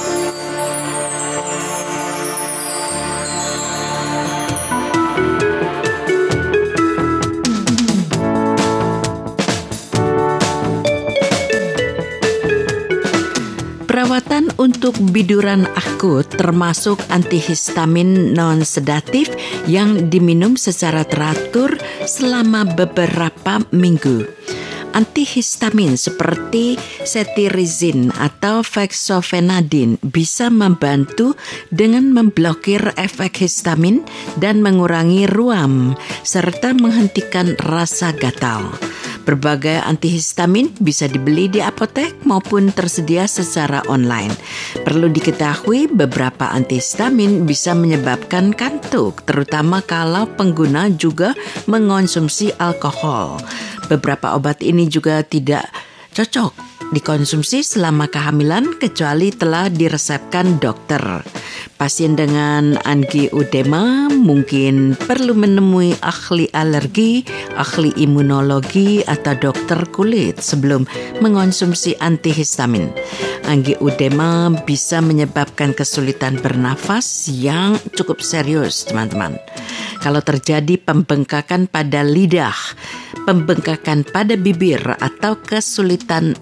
Perawatan untuk biduran akut termasuk antihistamin non-sedatif yang diminum secara teratur selama beberapa minggu. Antihistamin seperti cetirizine atau fexofenadine bisa membantu dengan memblokir efek histamin dan mengurangi ruam serta menghentikan rasa gatal. Berbagai antihistamin bisa dibeli di apotek maupun tersedia secara online. Perlu diketahui beberapa antihistamin bisa menyebabkan kantuk, terutama kalau pengguna juga mengonsumsi alkohol. Beberapa obat ini juga tidak cocok dikonsumsi selama kehamilan kecuali telah diresepkan dokter. Pasien dengan angioedema mungkin perlu menemui ahli alergi, ahli imunologi atau dokter kulit sebelum mengonsumsi antihistamin. Angioedema bisa menyebabkan kesulitan bernafas yang cukup serius, teman-teman. Kalau terjadi pembengkakan pada lidah, pembengkakan pada bibir atau kesulitan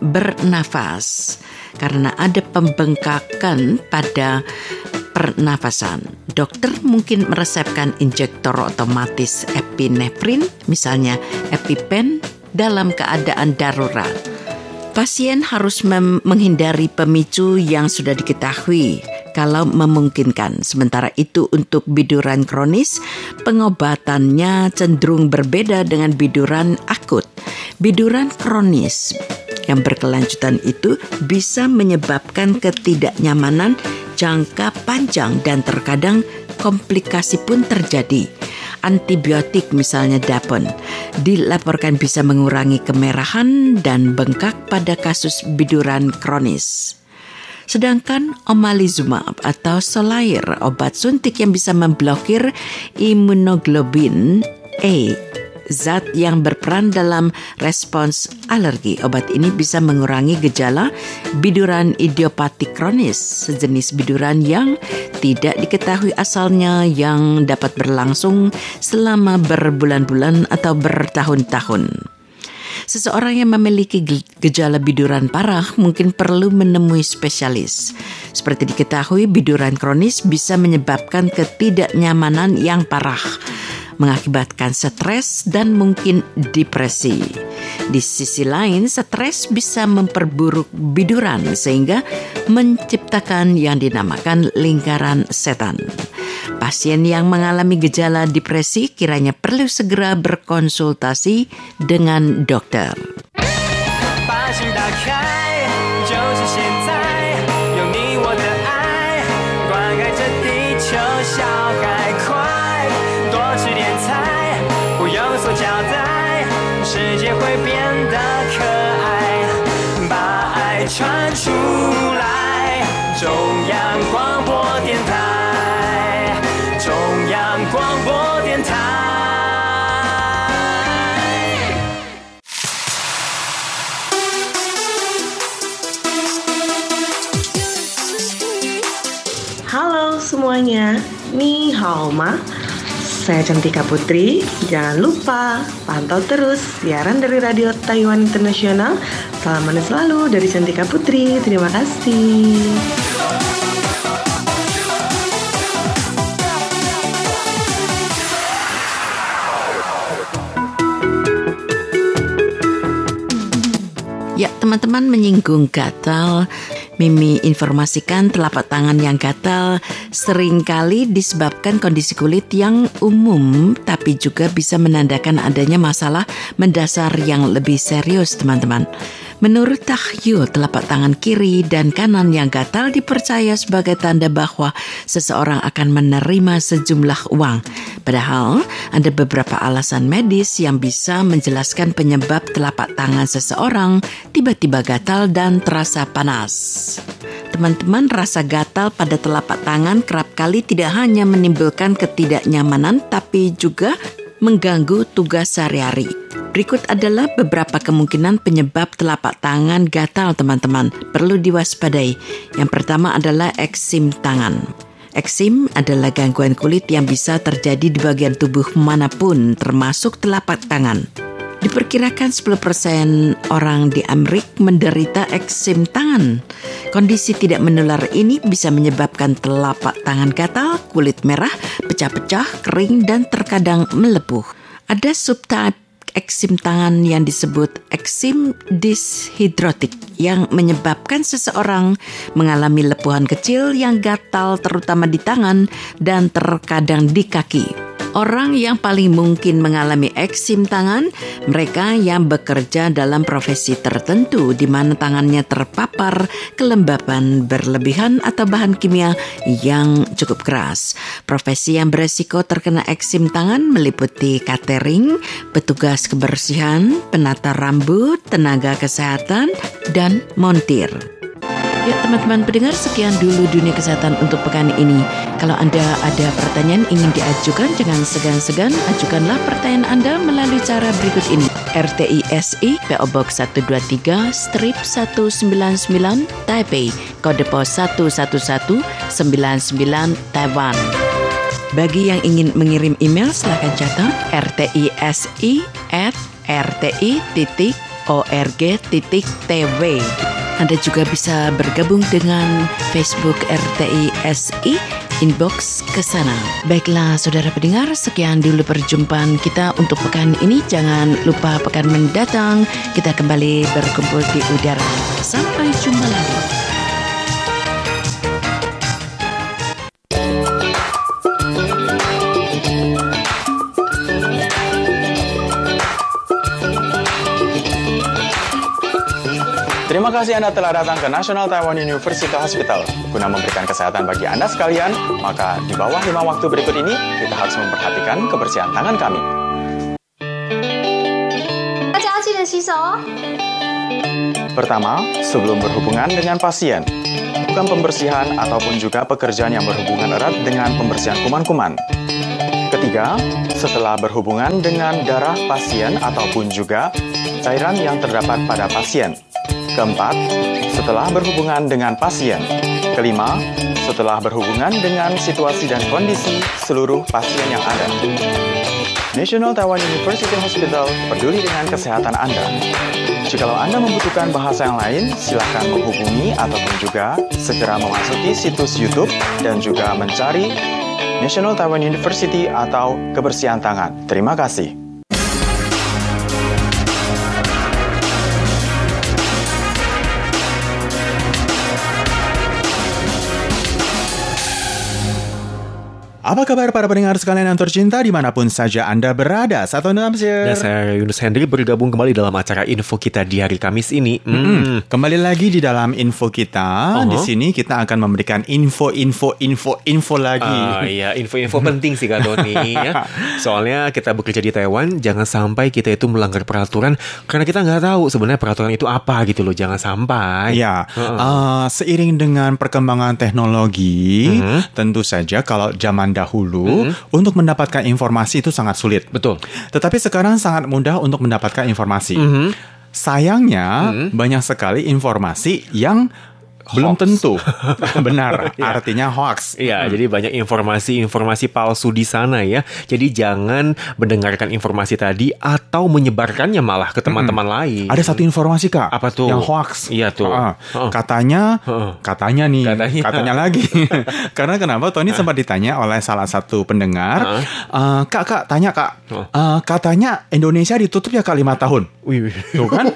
bernafas karena ada pembengkakan pada pernafasan, dokter mungkin meresepkan injektor otomatis epinefrin, misalnya EpiPen, dalam keadaan darurat. Pasien harus mem- menghindari pemicu yang sudah diketahui kalau memungkinkan. Sementara itu untuk biduran kronis, pengobatannya cenderung berbeda dengan biduran akut. Biduran kronis yang berkelanjutan itu bisa menyebabkan ketidaknyamanan jangka panjang dan terkadang komplikasi pun terjadi. Antibiotik misalnya Dapon dilaporkan bisa mengurangi kemerahan dan bengkak pada kasus biduran kronis. Sedangkan omalizumab atau Solair, obat suntik yang bisa memblokir imunoglobulin A, zat yang berperan dalam respons alergi. Obat ini bisa mengurangi gejala biduran idiopatik kronis, sejenis biduran yang tidak diketahui asalnya yang dapat berlangsung selama berbulan-bulan atau bertahun-tahun. Seseorang yang memiliki gejala biduran parah mungkin perlu menemui spesialis. Seperti diketahui, biduran kronis bisa menyebabkan ketidaknyamanan yang parah, mengakibatkan stres dan mungkin depresi. Di sisi lain, stres bisa memperburuk biduran sehingga menciptakan yang dinamakan lingkaran setan. Pasien yang mengalami gejala depresi kiranya perlu segera berkonsultasi dengan dokter. Halo semuanya, ni hao ma. Saya Cantika Putri. Jangan lupa pantau terus siaran dari Radio Taiwan Internasional. Salam manis selalu dari Cantika Putri. Terima kasih. Ya, teman-teman, menyinggung gatal. Mimi informasikan telapak tangan yang gatal seringkali disebabkan kondisi kulit yang umum, tapi juga bisa menandakan adanya masalah mendasar yang lebih serius, teman-teman. Menurut takhayul, telapak tangan kiri dan kanan yang gatal dipercaya sebagai tanda bahwa seseorang akan menerima sejumlah uang. Padahal ada beberapa alasan medis yang bisa menjelaskan penyebab telapak tangan seseorang tiba-tiba gatal dan terasa panas. Teman-teman, rasa gatal pada telapak tangan kerap kali tidak hanya menimbulkan ketidaknyamanan, tapi juga mengganggu tugas sehari-hari. Berikut adalah beberapa kemungkinan penyebab telapak tangan gatal, teman-teman. Perlu diwaspadai. Yang pertama adalah eksim tangan. Eksim adalah gangguan kulit yang bisa terjadi di bagian tubuh manapun, termasuk telapak tangan. Diperkirakan sepuluh persen orang di Amerika menderita eksim tangan. Kondisi tidak menular ini bisa menyebabkan telapak tangan gatal, kulit merah, pecah-pecah, kering, dan terkadang melepuh. Ada subtype eksim tangan yang disebut eksim dishidrotik yang menyebabkan seseorang mengalami lepuhan kecil yang gatal terutama di tangan dan terkadang di kaki. Orang yang paling mungkin mengalami eksim tangan, mereka yang bekerja dalam profesi tertentu di mana tangannya terpapar kelembapan berlebihan atau bahan kimia yang cukup keras. Profesi yang beresiko terkena eksim tangan meliputi catering, petugas kebersihan, penata rambut, tenaga kesehatan, dan montir. Ya teman-teman pendengar, sekian dulu Dunia Kesehatan untuk pekan ini. Kalau Anda ada pertanyaan ingin diajukan, jangan segan-segan, ajukanlah pertanyaan Anda melalui cara berikut ini. R T I S I P O Box satu dua tiga strip satu sembilan sembilan Taipei, kode pos satu satu satu sembilan sembilan Taiwan. Bagi yang ingin mengirim email, silakan catat r t i s i at r t i titik org titik t w. Anda juga bisa bergabung dengan Facebook R T I S I, inbox ke sana. Baiklah saudara pendengar, sekian dulu perjumpaan kita untuk pekan ini. Jangan lupa pekan mendatang kita kembali berkumpul di udara. Sampai jumpa lagi. Terima kasih Anda telah datang ke National Taiwan University Hospital. Guna memberikan kesehatan bagi Anda sekalian, maka di bawah lima waktu berikut ini, kita harus memperhatikan kebersihan tangan kami. Pertama, sebelum berhubungan dengan pasien, bukan pembersihan ataupun juga pekerjaan yang berhubungan erat dengan pembersihan kuman-kuman. Ketiga, setelah berhubungan dengan darah pasien ataupun juga cairan yang terdapat pada pasien. Keempat, setelah berhubungan dengan pasien. Kelima, setelah berhubungan dengan situasi dan kondisi seluruh pasien yang ada. National Taiwan University Hospital peduli dengan kesehatan Anda. Jikalau Anda membutuhkan bahasa yang lain, silakan menghubungi ataupun juga segera memasuki situs YouTube dan juga mencari National Taiwan University atau kebersihan tangan. Terima kasih. Apa kabar para pendengar sekalian yang tercinta dimanapun saja Anda berada? Satu Namsir. Dan saya Yunus Hendri bergabung kembali dalam acara info kita di hari Kamis ini. Hmm. Hmm. Kembali lagi di dalam info kita. Uh-huh. Di sini kita akan memberikan info-info-info-info lagi. Uh, iya, info-info penting sih Kak Doni. Ya. Soalnya kita bekerja di Taiwan, jangan sampai kita itu melanggar peraturan karena kita nggak tahu sebenarnya peraturan itu apa gitu loh. Jangan sampai. Ya, uh-uh. uh, seiring dengan perkembangan teknologi, uh-huh. tentu saja kalau zaman dahulu hmm. untuk mendapatkan informasi itu sangat sulit. Betul. Tetapi sekarang sangat mudah untuk mendapatkan informasi. Hmm. Sayangnya hmm. banyak sekali informasi yang hoax. Belum tentu benar, artinya hoax. Iya, hmm. jadi banyak informasi-informasi palsu di sana ya. Jadi jangan mendengarkan informasi tadi atau menyebarkannya malah ke teman-teman hmm. lain. Ada satu informasi Kak, apa tuh? Yang hoax. Iya tuh. Uh, uh. Katanya, uh. katanya nih, katanya, katanya lagi. Karena kenapa? Tony uh. sempat ditanya oleh salah satu pendengar, uh. Uh, Kak, Kak, tanya Kak, uh. Uh, katanya Indonesia ditutup ya Kak lima tahun. Wih, tuh kan?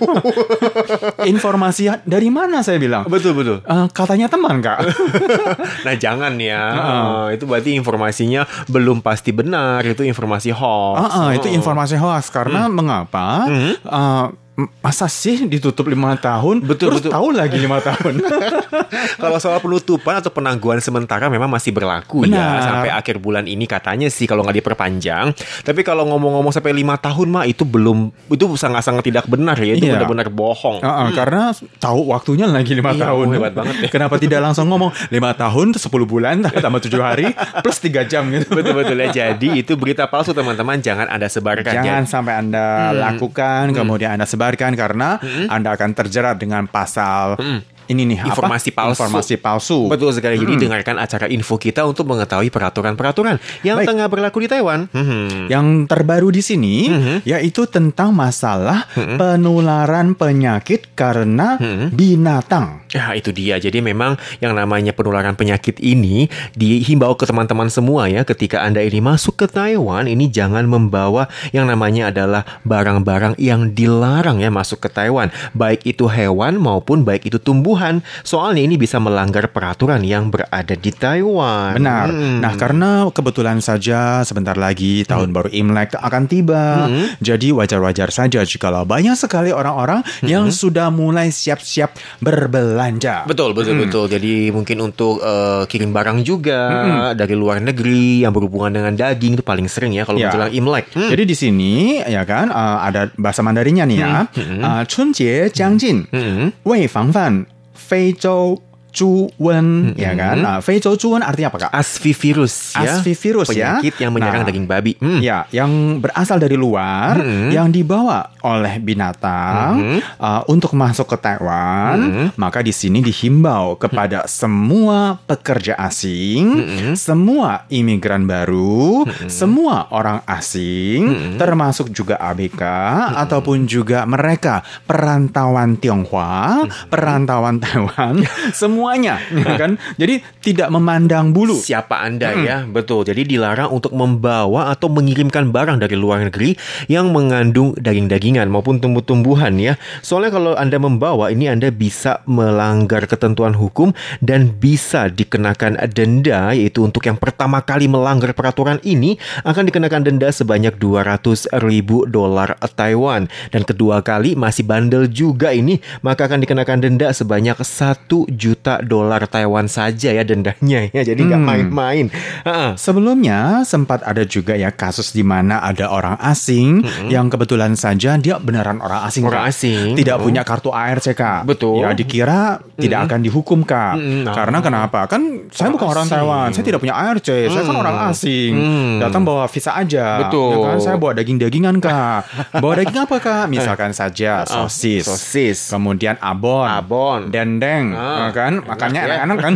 Informasi dari mana saya bilang? Betul betul. Uh, katanya teman Kak. Nah jangan ya, uh. uh, itu berarti informasinya belum pasti benar, itu informasi hoax. Uh, uh, itu informasi hoax karena hmm. mengapa? Hmm. Uh, Masa sih ditutup lima tahun? Betul, terus betul. Tahu lagi lima tahun. Kalau soal penutupan atau penangguhan sementara memang masih berlaku. Benar. Ya sampai akhir bulan ini katanya sih kalau nggak diperpanjang. Tapi kalau ngomong-ngomong sampai lima tahun mah itu belum, itu sangat-sangat tidak benar ya. Itu iya. benar-benar bohong. Uh-uh, hmm. Karena tahu waktunya lagi lima iya, tahun. Hebat banget ya. Kenapa tidak langsung ngomong lima tahun sepuluh bulan tambah tujuh hari plus tiga jam gitu. Betul-betul ya. Jadi itu berita palsu teman-teman, jangan Anda sebarkan. Jangan jadi, sampai Anda hmm. lakukan hmm. kemudian Anda sebarkan karena hmm. Anda akan terjerat dengan pasal hmm. ini nih informasi apa? palsu. Informasi palsu. Betul sekali. Jadi hmm. dengarkan acara info kita untuk mengetahui peraturan-peraturan yang Baik. tengah berlaku di Taiwan. Hmm. Yang terbaru di sini hmm. yaitu tentang masalah hmm. penularan penyakit karena hmm. binatang. Ya, itu dia. Jadi memang yang namanya penularan penyakit ini dihimbau ke teman-teman semua ya, ketika Anda ini masuk ke Taiwan, ini jangan membawa yang namanya adalah barang-barang yang dilarang ya masuk ke Taiwan. Baik itu hewan maupun baik itu tumbuhan. tumbuhan. Soalnya ini bisa melanggar peraturan yang berada di Taiwan. Benar. Hmm. Nah, karena kebetulan saja sebentar lagi tahun hmm. baru Imlek akan tiba. Hmm. Jadi wajar-wajar saja jikalau banyak sekali orang-orang hmm. yang sudah mulai siap-siap berbelanja. Betul, betul, hmm. betul. Jadi mungkin untuk uh, kirim barang juga hmm. dari luar negeri yang berhubungan dengan daging itu paling sering ya kalau ya. menjelang Imlek. Hmm. Jadi di sini ya kan uh, ada bahasa Mandarinnya nih ya. Hmm. Uh, 春节将近，为防范非洲猪瘟, ya kan? Uh, 非洲猪瘟artinya apa, Kak? Asfivirus ya. Asfivirus ya. Penyakit yang menyerang nah, daging babi. Hmm. Ya, yang berasal dari luar, hmm. yang dibawa oleh binatang hmm. uh, untuk masuk ke Taiwan. Hmm. Maka di sini dihimbau kepada hmm. semua pekerja asing, hmm. semua imigran baru, hmm. semua orang asing, hmm. termasuk juga A B K hmm. ataupun juga mereka perantauan Tionghoa, hmm. perantauan Taiwan, semua semuanya, kan? Jadi tidak memandang bulu siapa Anda hmm. ya, betul. Jadi dilarang untuk membawa atau mengirimkan barang dari luar negeri yang mengandung daging-dagingan maupun tumbuh-tumbuhan ya. Soalnya kalau Anda membawa ini Anda bisa melanggar ketentuan hukum dan bisa dikenakan denda, yaitu untuk yang pertama kali melanggar peraturan ini akan dikenakan denda sebanyak dua ratus ribu dolar Taiwan, dan kedua kali masih bandel juga ini maka akan dikenakan denda sebanyak satu juta dolar Taiwan saja ya dendanya ya, jadi nggak hmm. main-main. Uh-uh. Sebelumnya sempat ada juga ya kasus di mana ada orang asing hmm. yang kebetulan saja dia beneran orang asing, orang Kak. asing tidak hmm. punya kartu A R C, Kak. Betul. Ya dikira hmm. tidak akan dihukum, Kak. Hmm. Nah. Karena kenapa? Kan saya orang bukan orang asing. Taiwan, saya tidak punya A R C, hmm. saya kan orang asing. Hmm. Datang bawa visa aja. Betul. Ya kan saya bawa daging-dagingan, Kak. Bawa daging apa, Kak? Misalkan saja sosis, sosis, kemudian abon, abon, dendeng, ah. kan? Makanya anak-anak kan.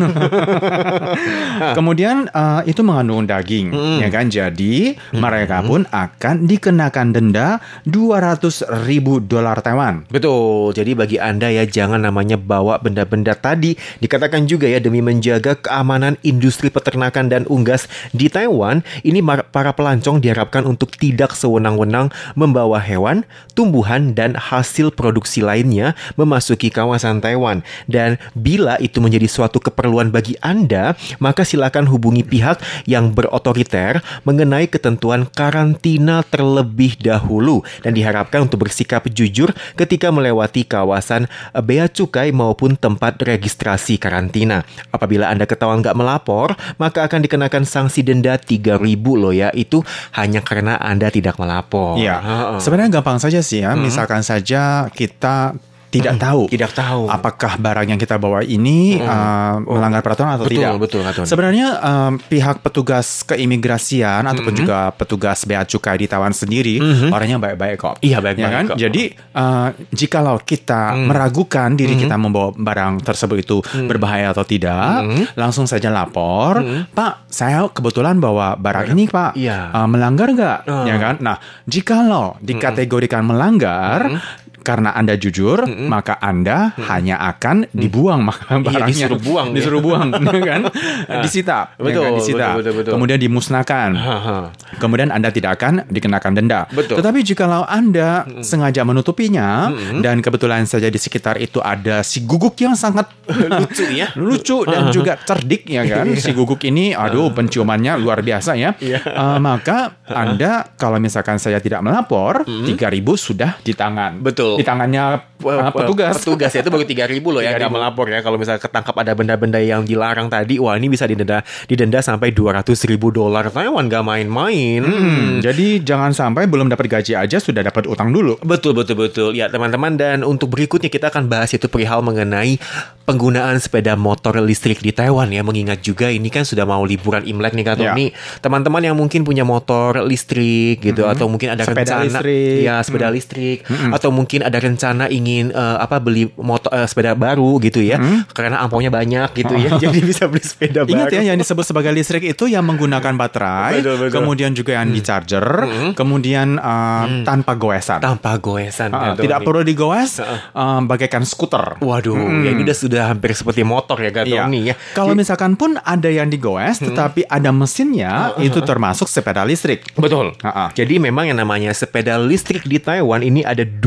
Kemudian uh, itu mengandung daging, hmm. ya kan? Jadi hmm. mereka pun akan dikenakan denda dua ratus ribu dolar Taiwan. Betul. Jadi bagi Anda ya jangan namanya bawa benda-benda tadi. Dikatakan juga ya demi menjaga keamanan industri peternakan dan unggas di Taiwan, ini para pelancong diharapkan untuk tidak sewenang-wenang membawa hewan, tumbuhan dan hasil produksi lainnya memasuki kawasan Taiwan. Dan bila itu menjadi suatu keperluan bagi Anda, maka silakan hubungi pihak yang berotoriter mengenai ketentuan karantina terlebih dahulu, dan diharapkan untuk bersikap jujur ketika melewati kawasan bea cukai maupun tempat registrasi karantina. Apabila Anda ketahuan nggak melapor, maka akan dikenakan sanksi denda tiga ribu loh ya, itu hanya karena Anda tidak melapor. Iya, uh-uh. sebenarnya gampang saja sih ya, hmm. misalkan saja kita tidak tahu, tidak tahu apakah barang yang kita bawa ini hmm. uh, oh. melanggar peraturan atau betul, tidak. Betul, betul. Sebenarnya um, pihak petugas keimigrasian hmm. ataupun juga petugas bea cukai di Taiwan sendiri hmm. orangnya baik-baik kok. Iya, baik-baik ya kan? kok. Jadi uh, jikalau kita hmm. meragukan diri hmm. kita membawa barang tersebut itu hmm. berbahaya atau tidak, hmm. langsung saja lapor, hmm. Pak, saya kebetulan bawa barang ini, Pak, iya. uh, melanggar nggak? Uh. Ya kan? Nah, jikalau dikategorikan hmm. melanggar, hmm. karena Anda jujur, mm-hmm. maka Anda mm-hmm. hanya akan dibuang maka barangnya. Iya, disuruh buang. Disuruh ya. buang, kan? Disita. Betul, ya kan? Disita. Betul, betul, betul. Kemudian dimusnahkan. Kemudian Anda tidak akan dikenakan denda. Betul. Tetapi jikalau Anda mm-hmm. sengaja menutupinya, mm-hmm. dan kebetulan saja di sekitar itu ada si guguk yang sangat lucu ya. Lucu dan juga cerdik, ya kan? Si guguk ini, aduh, penciumannya luar biasa ya. uh, maka Anda, kalau misalkan saya tidak melapor, mm-hmm. tiga ribu sudah di tangan. Betul. Di tangannya uh, petugas. Petugas ya, itu baru tiga ribu loh ya, nggak melapor ya. Kalau misalnya ketangkap ada benda-benda yang dilarang tadi, wah ini bisa didenda didenda sampai dua ratus ribu dolar Taiwan, nggak main-main. Hmm, jadi jangan sampai belum dapat gaji aja sudah dapat utang dulu. Betul, betul, betul. Ya teman-teman, dan untuk berikutnya kita akan bahas itu perihal mengenai penggunaan sepeda motor listrik di Taiwan ya. Mengingat juga ini kan sudah mau liburan Imlek nih Kak Tony. Ya. Teman-teman yang mungkin punya motor listrik gitu, mm-hmm. atau mungkin ada sepeda rencana listrik. ya sepeda mm-hmm. listrik, mm-hmm. atau mungkin ada rencana ingin uh, apa beli motor uh, sepeda baru gitu ya, hmm? karena amponya banyak gitu ya, jadi bisa beli sepeda baru. Ingat ya, yang disebut sebagai listrik itu yang menggunakan baterai, betul, betul. Kemudian juga yang hmm. di charger, hmm. kemudian uh, hmm. tanpa goesan. Tanpa goesan. Uh, tidak perlu digoes, uh, bagaikan skuter. Waduh, hmm. ya ini udah sudah hampir seperti motor ya Kak Tony ya. Kalau misalkan pun ada yang digoes, hmm. tetapi ada mesinnya, uh, itu termasuk sepeda listrik. Betul. Uh-uh. Jadi memang yang namanya sepeda listrik di Taiwan ini ada dua kategori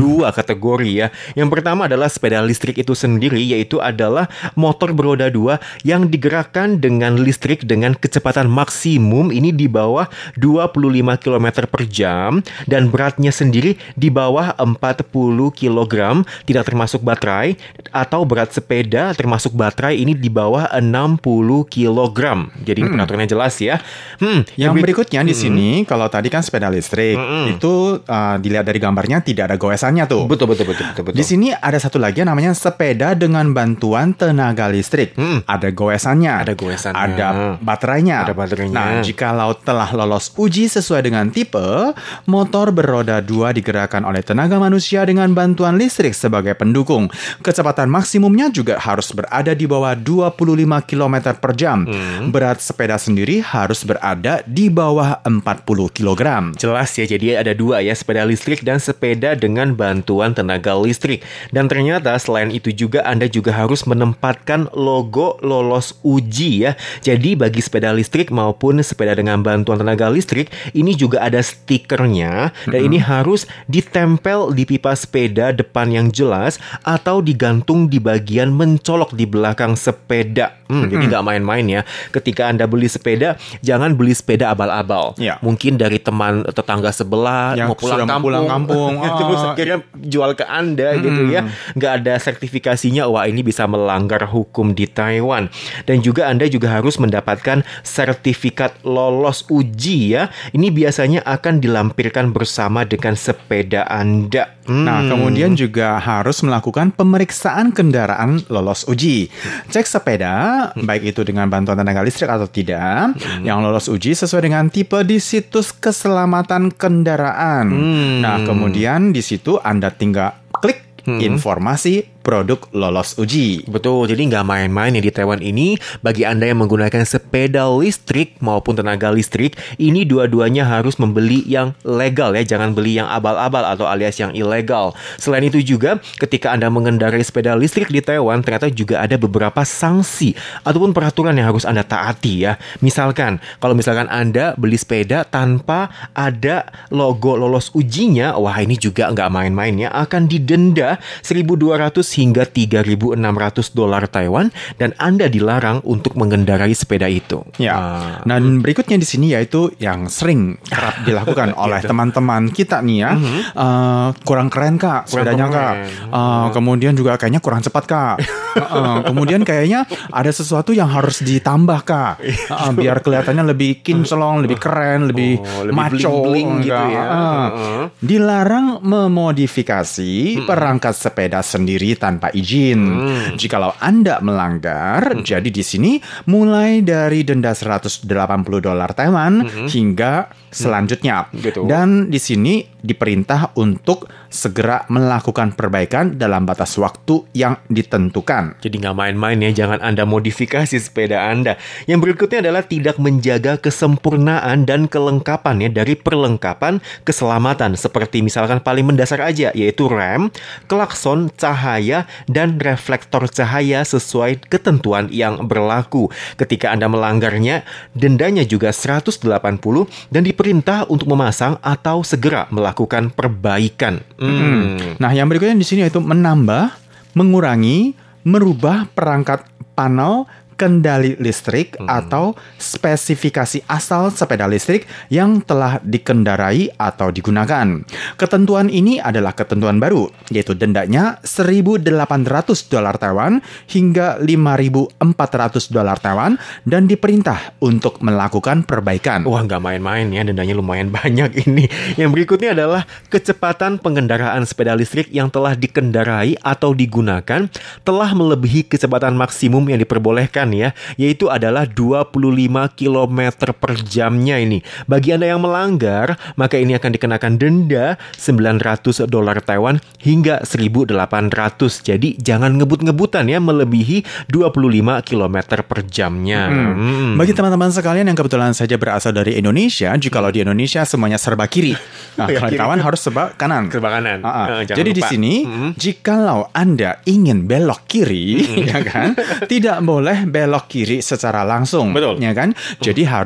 kategori ya. Yang pertama adalah sepeda listrik itu sendiri, yaitu adalah motor beroda dua yang digerakkan dengan listrik dengan kecepatan maksimum ini di bawah dua puluh lima kilometer per jam dan beratnya sendiri di bawah empat puluh kilogram, tidak termasuk baterai, atau berat sepeda termasuk baterai ini di bawah enam puluh kilogram. Jadi hmm. peraturannya jelas ya. Hmm, yang lebih, berikutnya di hmm. sini, kalau tadi kan sepeda listrik, hmm. itu uh, dilihat dari gambarnya tidak ada goesannya tuh. Betul betul betul betul. betul. Di sini ada satu lagi yang namanya sepeda dengan bantuan tenaga listrik. Hmm. Ada goesannya. Ada goesannya. Ada baterainya. Ada baterainya. Nah, jikalau telah lolos uji sesuai dengan tipe, motor beroda dua digerakkan oleh tenaga manusia dengan bantuan listrik sebagai pendukung. Kecepatan maksimumnya juga harus berada di bawah dua puluh lima kilometer per jam. Hmm. Berat sepeda sendiri harus berada di bawah empat puluh kilogram. Jelas ya, jadi ada dua ya, sepeda listrik dan sepeda dengan bantuan tenaga listrik. Dan ternyata selain itu juga Anda juga harus menempatkan logo lolos uji ya. Jadi bagi sepeda listrik maupun sepeda dengan bantuan tenaga listrik, ini juga ada stikernya dan mm-hmm. ini harus ditempel di pipa sepeda depan yang jelas atau digantung di bagian mencolok di belakang sepeda. Hmm, mm-hmm. Jadi nggak main-main ya. Ketika Anda beli sepeda, jangan beli sepeda abal-abal. Ya. Mungkin dari teman tetangga sebelah yang mau pulang kampung, pulang kampung. Oh. terus akhirnya jual ke Anda mm-hmm. gitu ya. Nggak ada sertifikasinya, wah ini bisa melanggar hukum di Taiwan. Dan juga Anda juga harus mendapatkan sertifikat lolos uji ya. Ini biasanya akan dilampirkan bersama dengan sepeda Anda. Hmm. Nah, kemudian juga harus melakukan pemeriksaan kendaraan lolos uji. Cek sepeda, hmm. baik itu dengan bantuan tenaga listrik atau tidak, hmm. yang lolos uji sesuai dengan tipe di situs keselamatan kendaraan. Hmm. Nah, kemudian di situ Anda tinggal klik hmm. informasi produk lolos uji. Betul, jadi nggak main-main ya di Taiwan ini. Bagi Anda yang menggunakan sepeda listrik maupun tenaga listrik, ini dua-duanya harus membeli yang legal ya, jangan beli yang abal-abal atau alias yang ilegal. Selain itu juga, ketika Anda mengendarai sepeda listrik di Taiwan, ternyata juga ada beberapa sanksi ataupun peraturan yang harus Anda taati ya. Misalkan, kalau misalkan Anda beli sepeda tanpa ada logo lolos ujinya, wah ini juga nggak main-main ya, akan didenda seribu dua ratus hingga tiga ribu enam ratus dolar Taiwan dan Anda dilarang untuk mengendarai sepeda itu. Ya. Uh, dan berikutnya di sini yaitu yang sering kerap dilakukan oleh teman-teman kita nih ya. Uh-huh. Uh, kurang keren Kak sepedanya Kak. Uh, kemudian juga kayaknya kurang cepat Kak. uh, kemudian kayaknya ada sesuatu yang harus ditambah Kak. Uh, biar kelihatannya lebih kinclong, lebih keren, lebih, oh, lebih maco bling-bling gitu ya. Uh, uh-huh. Dilarang memodifikasi hmm. perangkat sepeda sendiri tanpa izin. Hmm. Jikalau Anda melanggar, hmm. jadi di sini mulai dari denda seratus delapan puluh dolar Taiwan hmm. hingga selanjutnya. Hmm. Gitu. Dan di sini diperintah untuk segera melakukan perbaikan dalam batas waktu yang ditentukan. Jadi nggak main-main ya, jangan Anda modifikasi sepeda Anda. Yang berikutnya adalah tidak menjaga kesempurnaan dan kelengkapan ya dari perlengkapan keselamatan seperti misalkan paling mendasar aja yaitu rem, klakson, cahaya dan reflektor cahaya sesuai ketentuan yang berlaku. Ketika Anda melanggarnya, dendanya juga seratus delapan puluh dan diperintah untuk memasang atau segera melakukan perbaikan. Hmm. Hmm. Nah, yang berikutnya di sini yaitu menambah, mengurangi, merubah perangkat panel kendali listrik hmm. atau spesifikasi asal sepeda listrik yang telah dikendarai atau digunakan. Ketentuan ini adalah ketentuan baru, yaitu dendanya seribu delapan ratus dolar Taiwan hingga lima ribu empat ratus dolar Taiwan dan diperintah untuk melakukan perbaikan. Wah, nggak main-main ya, dendanya lumayan banyak ini. Yang berikutnya adalah kecepatan pengendaraan sepeda listrik yang telah dikendarai atau digunakan telah melebihi kecepatan maksimum yang diperbolehkan ya, yaitu adalah dua puluh lima kilometer per jamnya ini. Bagi Anda yang melanggar, maka ini akan dikenakan denda sembilan ratus dolar Taiwan hingga seribu delapan ratus. Jadi jangan ngebut-ngebutan ya melebihi dua puluh lima kilometer per jamnya. Hmm. Hmm. Bagi teman-teman sekalian yang kebetulan saja berasal dari Indonesia, jikalau di Indonesia semuanya serba kiri. Nah, kalau di Taiwan harus serba kanan. Serba kanan. Uh-uh. Uh, Jadi lupa. Di sini, hmm. jikalau Anda ingin belok kiri, hmm. ya kan, tidak boleh belok kiri secara langsung. Betul. Ya kan? Jadi hmm. harus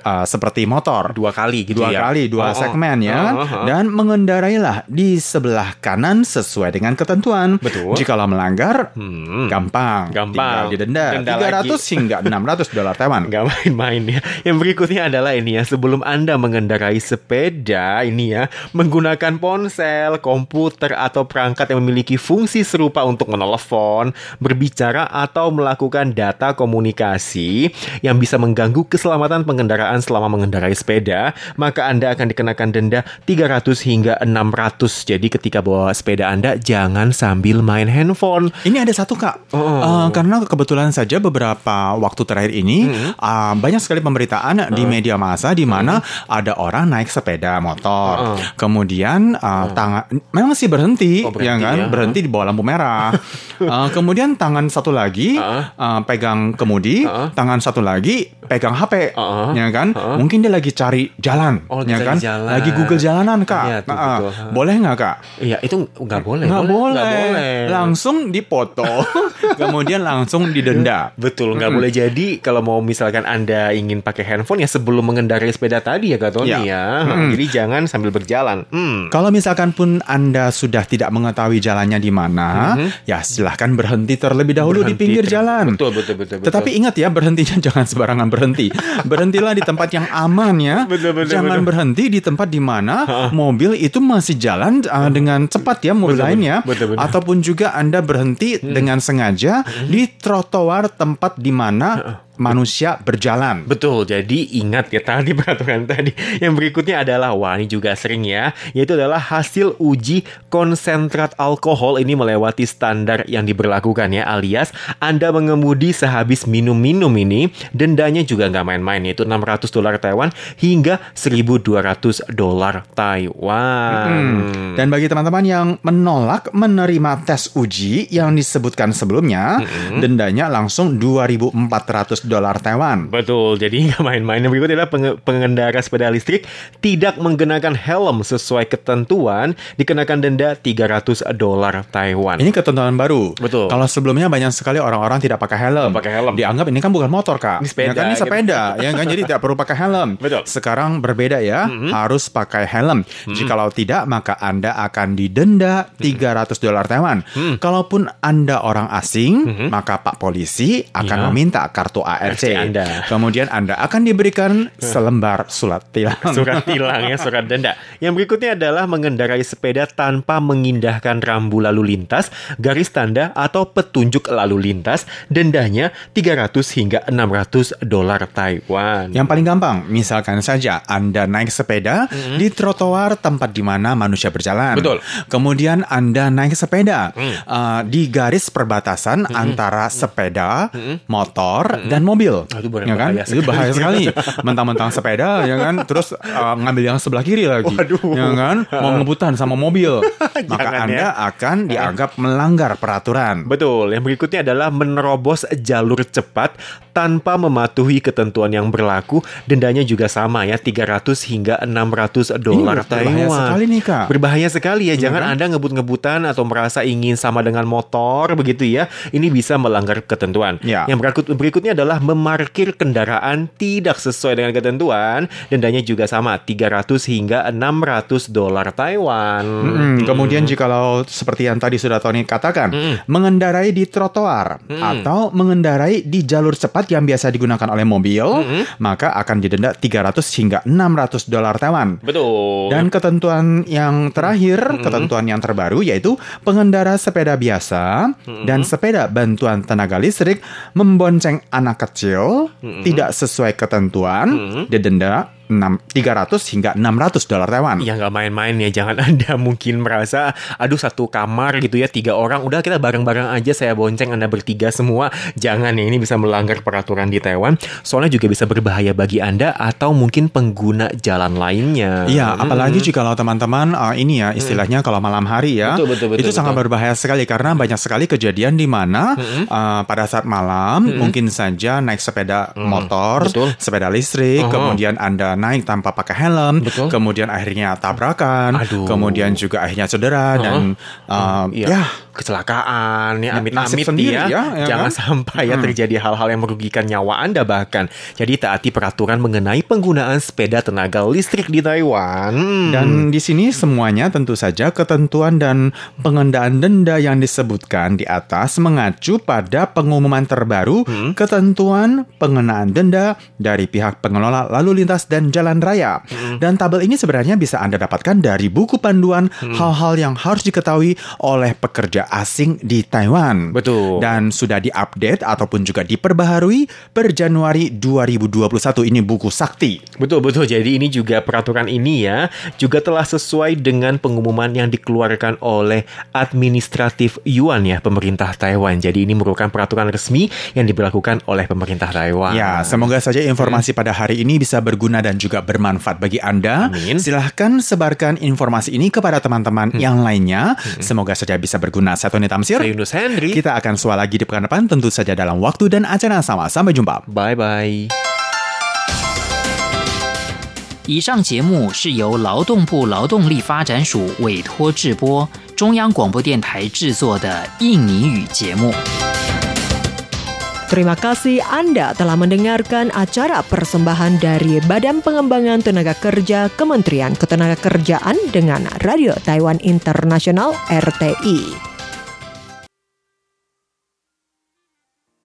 uh, seperti motor. Dua kali gitu dua ya? Dua kali, dua oh, segmen oh. ya. Oh, oh, oh. Dan mengendarailah di sebelah kanan sesuai dengan ketentuan. Betul. Jikalau melanggar, hmm. gampang. Gampang. Tinggal didenda. Denda tiga ratus lagi. hingga enam ratus dolar Taiwan. Gak main-main ya. Yang berikutnya adalah ini ya. Sebelum Anda mengendarai sepeda ini ya, menggunakan ponsel, komputer, atau perangkat yang memiliki fungsi serupa untuk menelepon, berbicara, atau melakukan data komunikasi yang bisa mengganggu keselamatan pengendaraan selama mengendarai sepeda, maka Anda akan dikenakan denda tiga ratus hingga enam ratus. Jadi ketika bawa sepeda Anda, jangan sambil main handphone. Ini ada satu Kak, oh. uh, karena kebetulan saja beberapa waktu terakhir ini hmm. uh, banyak sekali pemberitaan uh. di media massa di mana uh. ada orang naik sepeda motor, uh. kemudian uh, uh. tangan memang sih berhenti, oh, berhenti ya kan, ya. berhenti di bawah lampu merah. uh, kemudian tangan satu lagi uh. Uh, pegang kemudi, uh. tangan satu lagi pegang H P, uh. ya kan. Uh. Mungkin dia lagi cari jalan, oh, ya kan, jalan. lagi Google jalanan Kak. Ya, tuh, uh, boleh nggak Kak? Iya itu nggak boleh. Nggak boleh. boleh. boleh. Langsung dipoto, kemudian langsung didenda. Betul, nggak hmm. boleh. Jadi kalau mau misalkan Anda ingin pakai handphone ya sebelum mengendarai sepeda tadi ya Kak Tony ya. ya. Hmm. Jadi jangan sambil berjalan. Hmm. Kalau misalkan pun Anda sudah tidak mengetahui jalannya di mana, hmm. ya silahkan berhenti terlebih dahulu berhenti, di pinggir ter- jalan. Betul, betul, betul, betul. Tetapi ingat ya, berhentinya jangan sembarangan berhenti. Berhentilah di tempat yang aman ya. Betul, betul, jangan betul. berhenti di tempat di mana mobil itu masih jalan uh, dengan cepat ya mobil betul, lainnya. Betul, betul. Ataupun juga Anda berhenti hmm. dengan sengaja hmm. di trotoar tempat di mana manusia berjalan. Betul, jadi ingat ya tadi peraturan tadi. Yang berikutnya adalah, wah ini juga sering ya, yaitu adalah hasil uji konsentrat alkohol ini melewati standar yang diberlakukan ya, alias Anda mengemudi sehabis minum-minum ini, dendanya juga nggak main-main, yaitu enam ratus dolar Taiwan hingga seribu dua ratus dolar Taiwan. Hmm. Dan bagi teman-teman yang menolak menerima tes uji yang disebutkan sebelumnya, hmm. dendanya langsung dua ribu empat ratus dolar Taiwan. Betul, jadi nggak main-main. Yang berikut adalah peng- pengendara sepeda listrik tidak menggunakan helm sesuai ketentuan dikenakan denda tiga ratus dolar Taiwan. Ini ketentuan baru. Betul. Kalau sebelumnya banyak sekali orang-orang tidak pakai helm. Tidak pakai helm. Dianggap ini kan bukan motor Kak. Ini sepeda. Ya kan, ini sepeda, gitu. Ya kan, jadi tidak perlu pakai helm. Betul. Sekarang berbeda ya, mm-hmm. harus pakai helm. Mm-hmm. Jikalau tidak, maka Anda akan didenda tiga ratus dolar Taiwan. Mm-hmm. Kalaupun Anda orang asing, mm-hmm. maka Pak Polisi akan yeah. meminta kartu A R C Anda. Kemudian Anda akan diberikan selembar surat tilang. Surat tilang ya, surat denda. Yang berikutnya adalah mengendarai sepeda tanpa mengindahkan rambu lalu lintas, garis tanda atau petunjuk lalu lintas. Dendanya tiga ratus hingga enam ratus dolar Taiwan. Yang paling gampang, misalkan saja Anda naik sepeda mm-hmm. di trotoar tempat di mana manusia berjalan. Betul. Kemudian Anda naik sepeda mm. uh, di garis perbatasan mm-hmm. antara sepeda, mm-hmm. motor, mm-hmm. dan mobil. Aduh, ya kan? Itu bahaya sekali. Mentang-mentang sepeda, ya kan? Terus uh, ngambil yang sebelah kiri lagi. Waduh. Ya kan? Mau ngebutan sama mobil. Maka Jangan, Anda ya. akan dianggap melanggar peraturan. Betul. Yang berikutnya adalah menerobos jalur cepat tanpa mematuhi ketentuan yang berlaku. Dendanya juga sama ya, tiga ratus hingga enam ratus dolar Taiwan. Berbahaya sekali nih Kak. Berbahaya sekali ya. Jangan ya kan? Anda ngebut-ngebutan atau merasa ingin sama dengan motor begitu ya. Ini bisa melanggar ketentuan. Ya. Yang berikutnya adalah memarkir kendaraan tidak sesuai dengan ketentuan. Dendanya juga sama, tiga ratus hingga enam ratus dolar Taiwan. Hmm, kemudian jikalau seperti yang tadi sudah Tony katakan, hmm. mengendarai di trotoar hmm. atau mengendarai di jalur cepat yang biasa digunakan oleh mobil, hmm. maka akan didenda tiga ratus hingga enam ratus dolar Taiwan. Betul. Dan ketentuan yang terakhir, hmm. ketentuan yang terbaru yaitu pengendara sepeda biasa hmm. dan sepeda bantuan tenaga listrik membonceng anak kecil hmm. tidak sesuai ketentuan, hmm. didenda tiga ratus hingga enam ratus dolar Taiwan. Ya nggak main-main ya. Jangan Anda mungkin merasa, aduh satu kamar gitu ya, tiga orang, udah kita bareng-bareng aja, saya bonceng Anda bertiga semua. Jangan ya, ini bisa melanggar peraturan di Taiwan. Soalnya juga bisa berbahaya bagi Anda atau mungkin pengguna jalan lainnya. Iya, hmm. apalagi jika kalau teman-teman uh, ini ya istilahnya hmm. kalau malam hari ya, betul, betul, betul, itu betul. sangat berbahaya sekali karena banyak sekali kejadian di mana hmm. uh, pada saat malam hmm. mungkin saja naik sepeda hmm. motor, betul. sepeda listrik, uh-huh. kemudian Anda naik tanpa pakai helm, Betul. kemudian akhirnya tabrakan, Aduh. kemudian juga akhirnya cedera dan uh, Iya. ya kecelakaan ya, Nasib amit-amit sendiri ya, ya, ya jangan kan? sampai ya Hmm. terjadi hal-hal yang merugikan nyawa Anda bahkan. Jadi taati peraturan mengenai penggunaan sepeda tenaga listrik di Taiwan. Hmm. Dan di sini semuanya tentu saja ketentuan dan pengendaan denda yang disebutkan di atas mengacu pada pengumuman terbaru Hmm. ketentuan pengenaan denda dari pihak pengelola lalu lintas dan jalan raya. Hmm. Dan tabel ini sebenarnya bisa Anda dapatkan dari buku panduan Hmm. hal-hal yang harus diketahui oleh pekerja asing di Taiwan. Betul. Dan sudah diupdate ataupun juga diperbaharui per Januari dua ribu dua puluh satu, ini buku sakti. Betul-betul, jadi ini juga peraturan ini ya juga telah sesuai dengan pengumuman yang dikeluarkan oleh administratif Yuan ya pemerintah Taiwan. Jadi ini merupakan peraturan resmi yang diberlakukan oleh pemerintah Taiwan. Ya, semoga saja informasi hmm. pada hari ini bisa berguna dan juga bermanfaat bagi Anda. Amin. Silahkan sebarkan informasi ini kepada teman-teman hmm. yang lainnya. Hmm. Semoga saja bisa berguna. Saya Tony Tamsir. Saya Yunus Henry. Kita akan suara lagi di pekan depan, tentu saja dalam waktu dan acara yang sama. Sampai jumpa. Bye-bye. 以上节目是由劳动部劳动力发展署委托制播，中央广播电台制作的印尼语节目。 Terima kasih Anda telah mendengarkan acara persembahan dari Badan Pengembangan Tenaga Kerja Kementerian Ketenagakerjaan dengan Radio Taiwan Internasional R T I.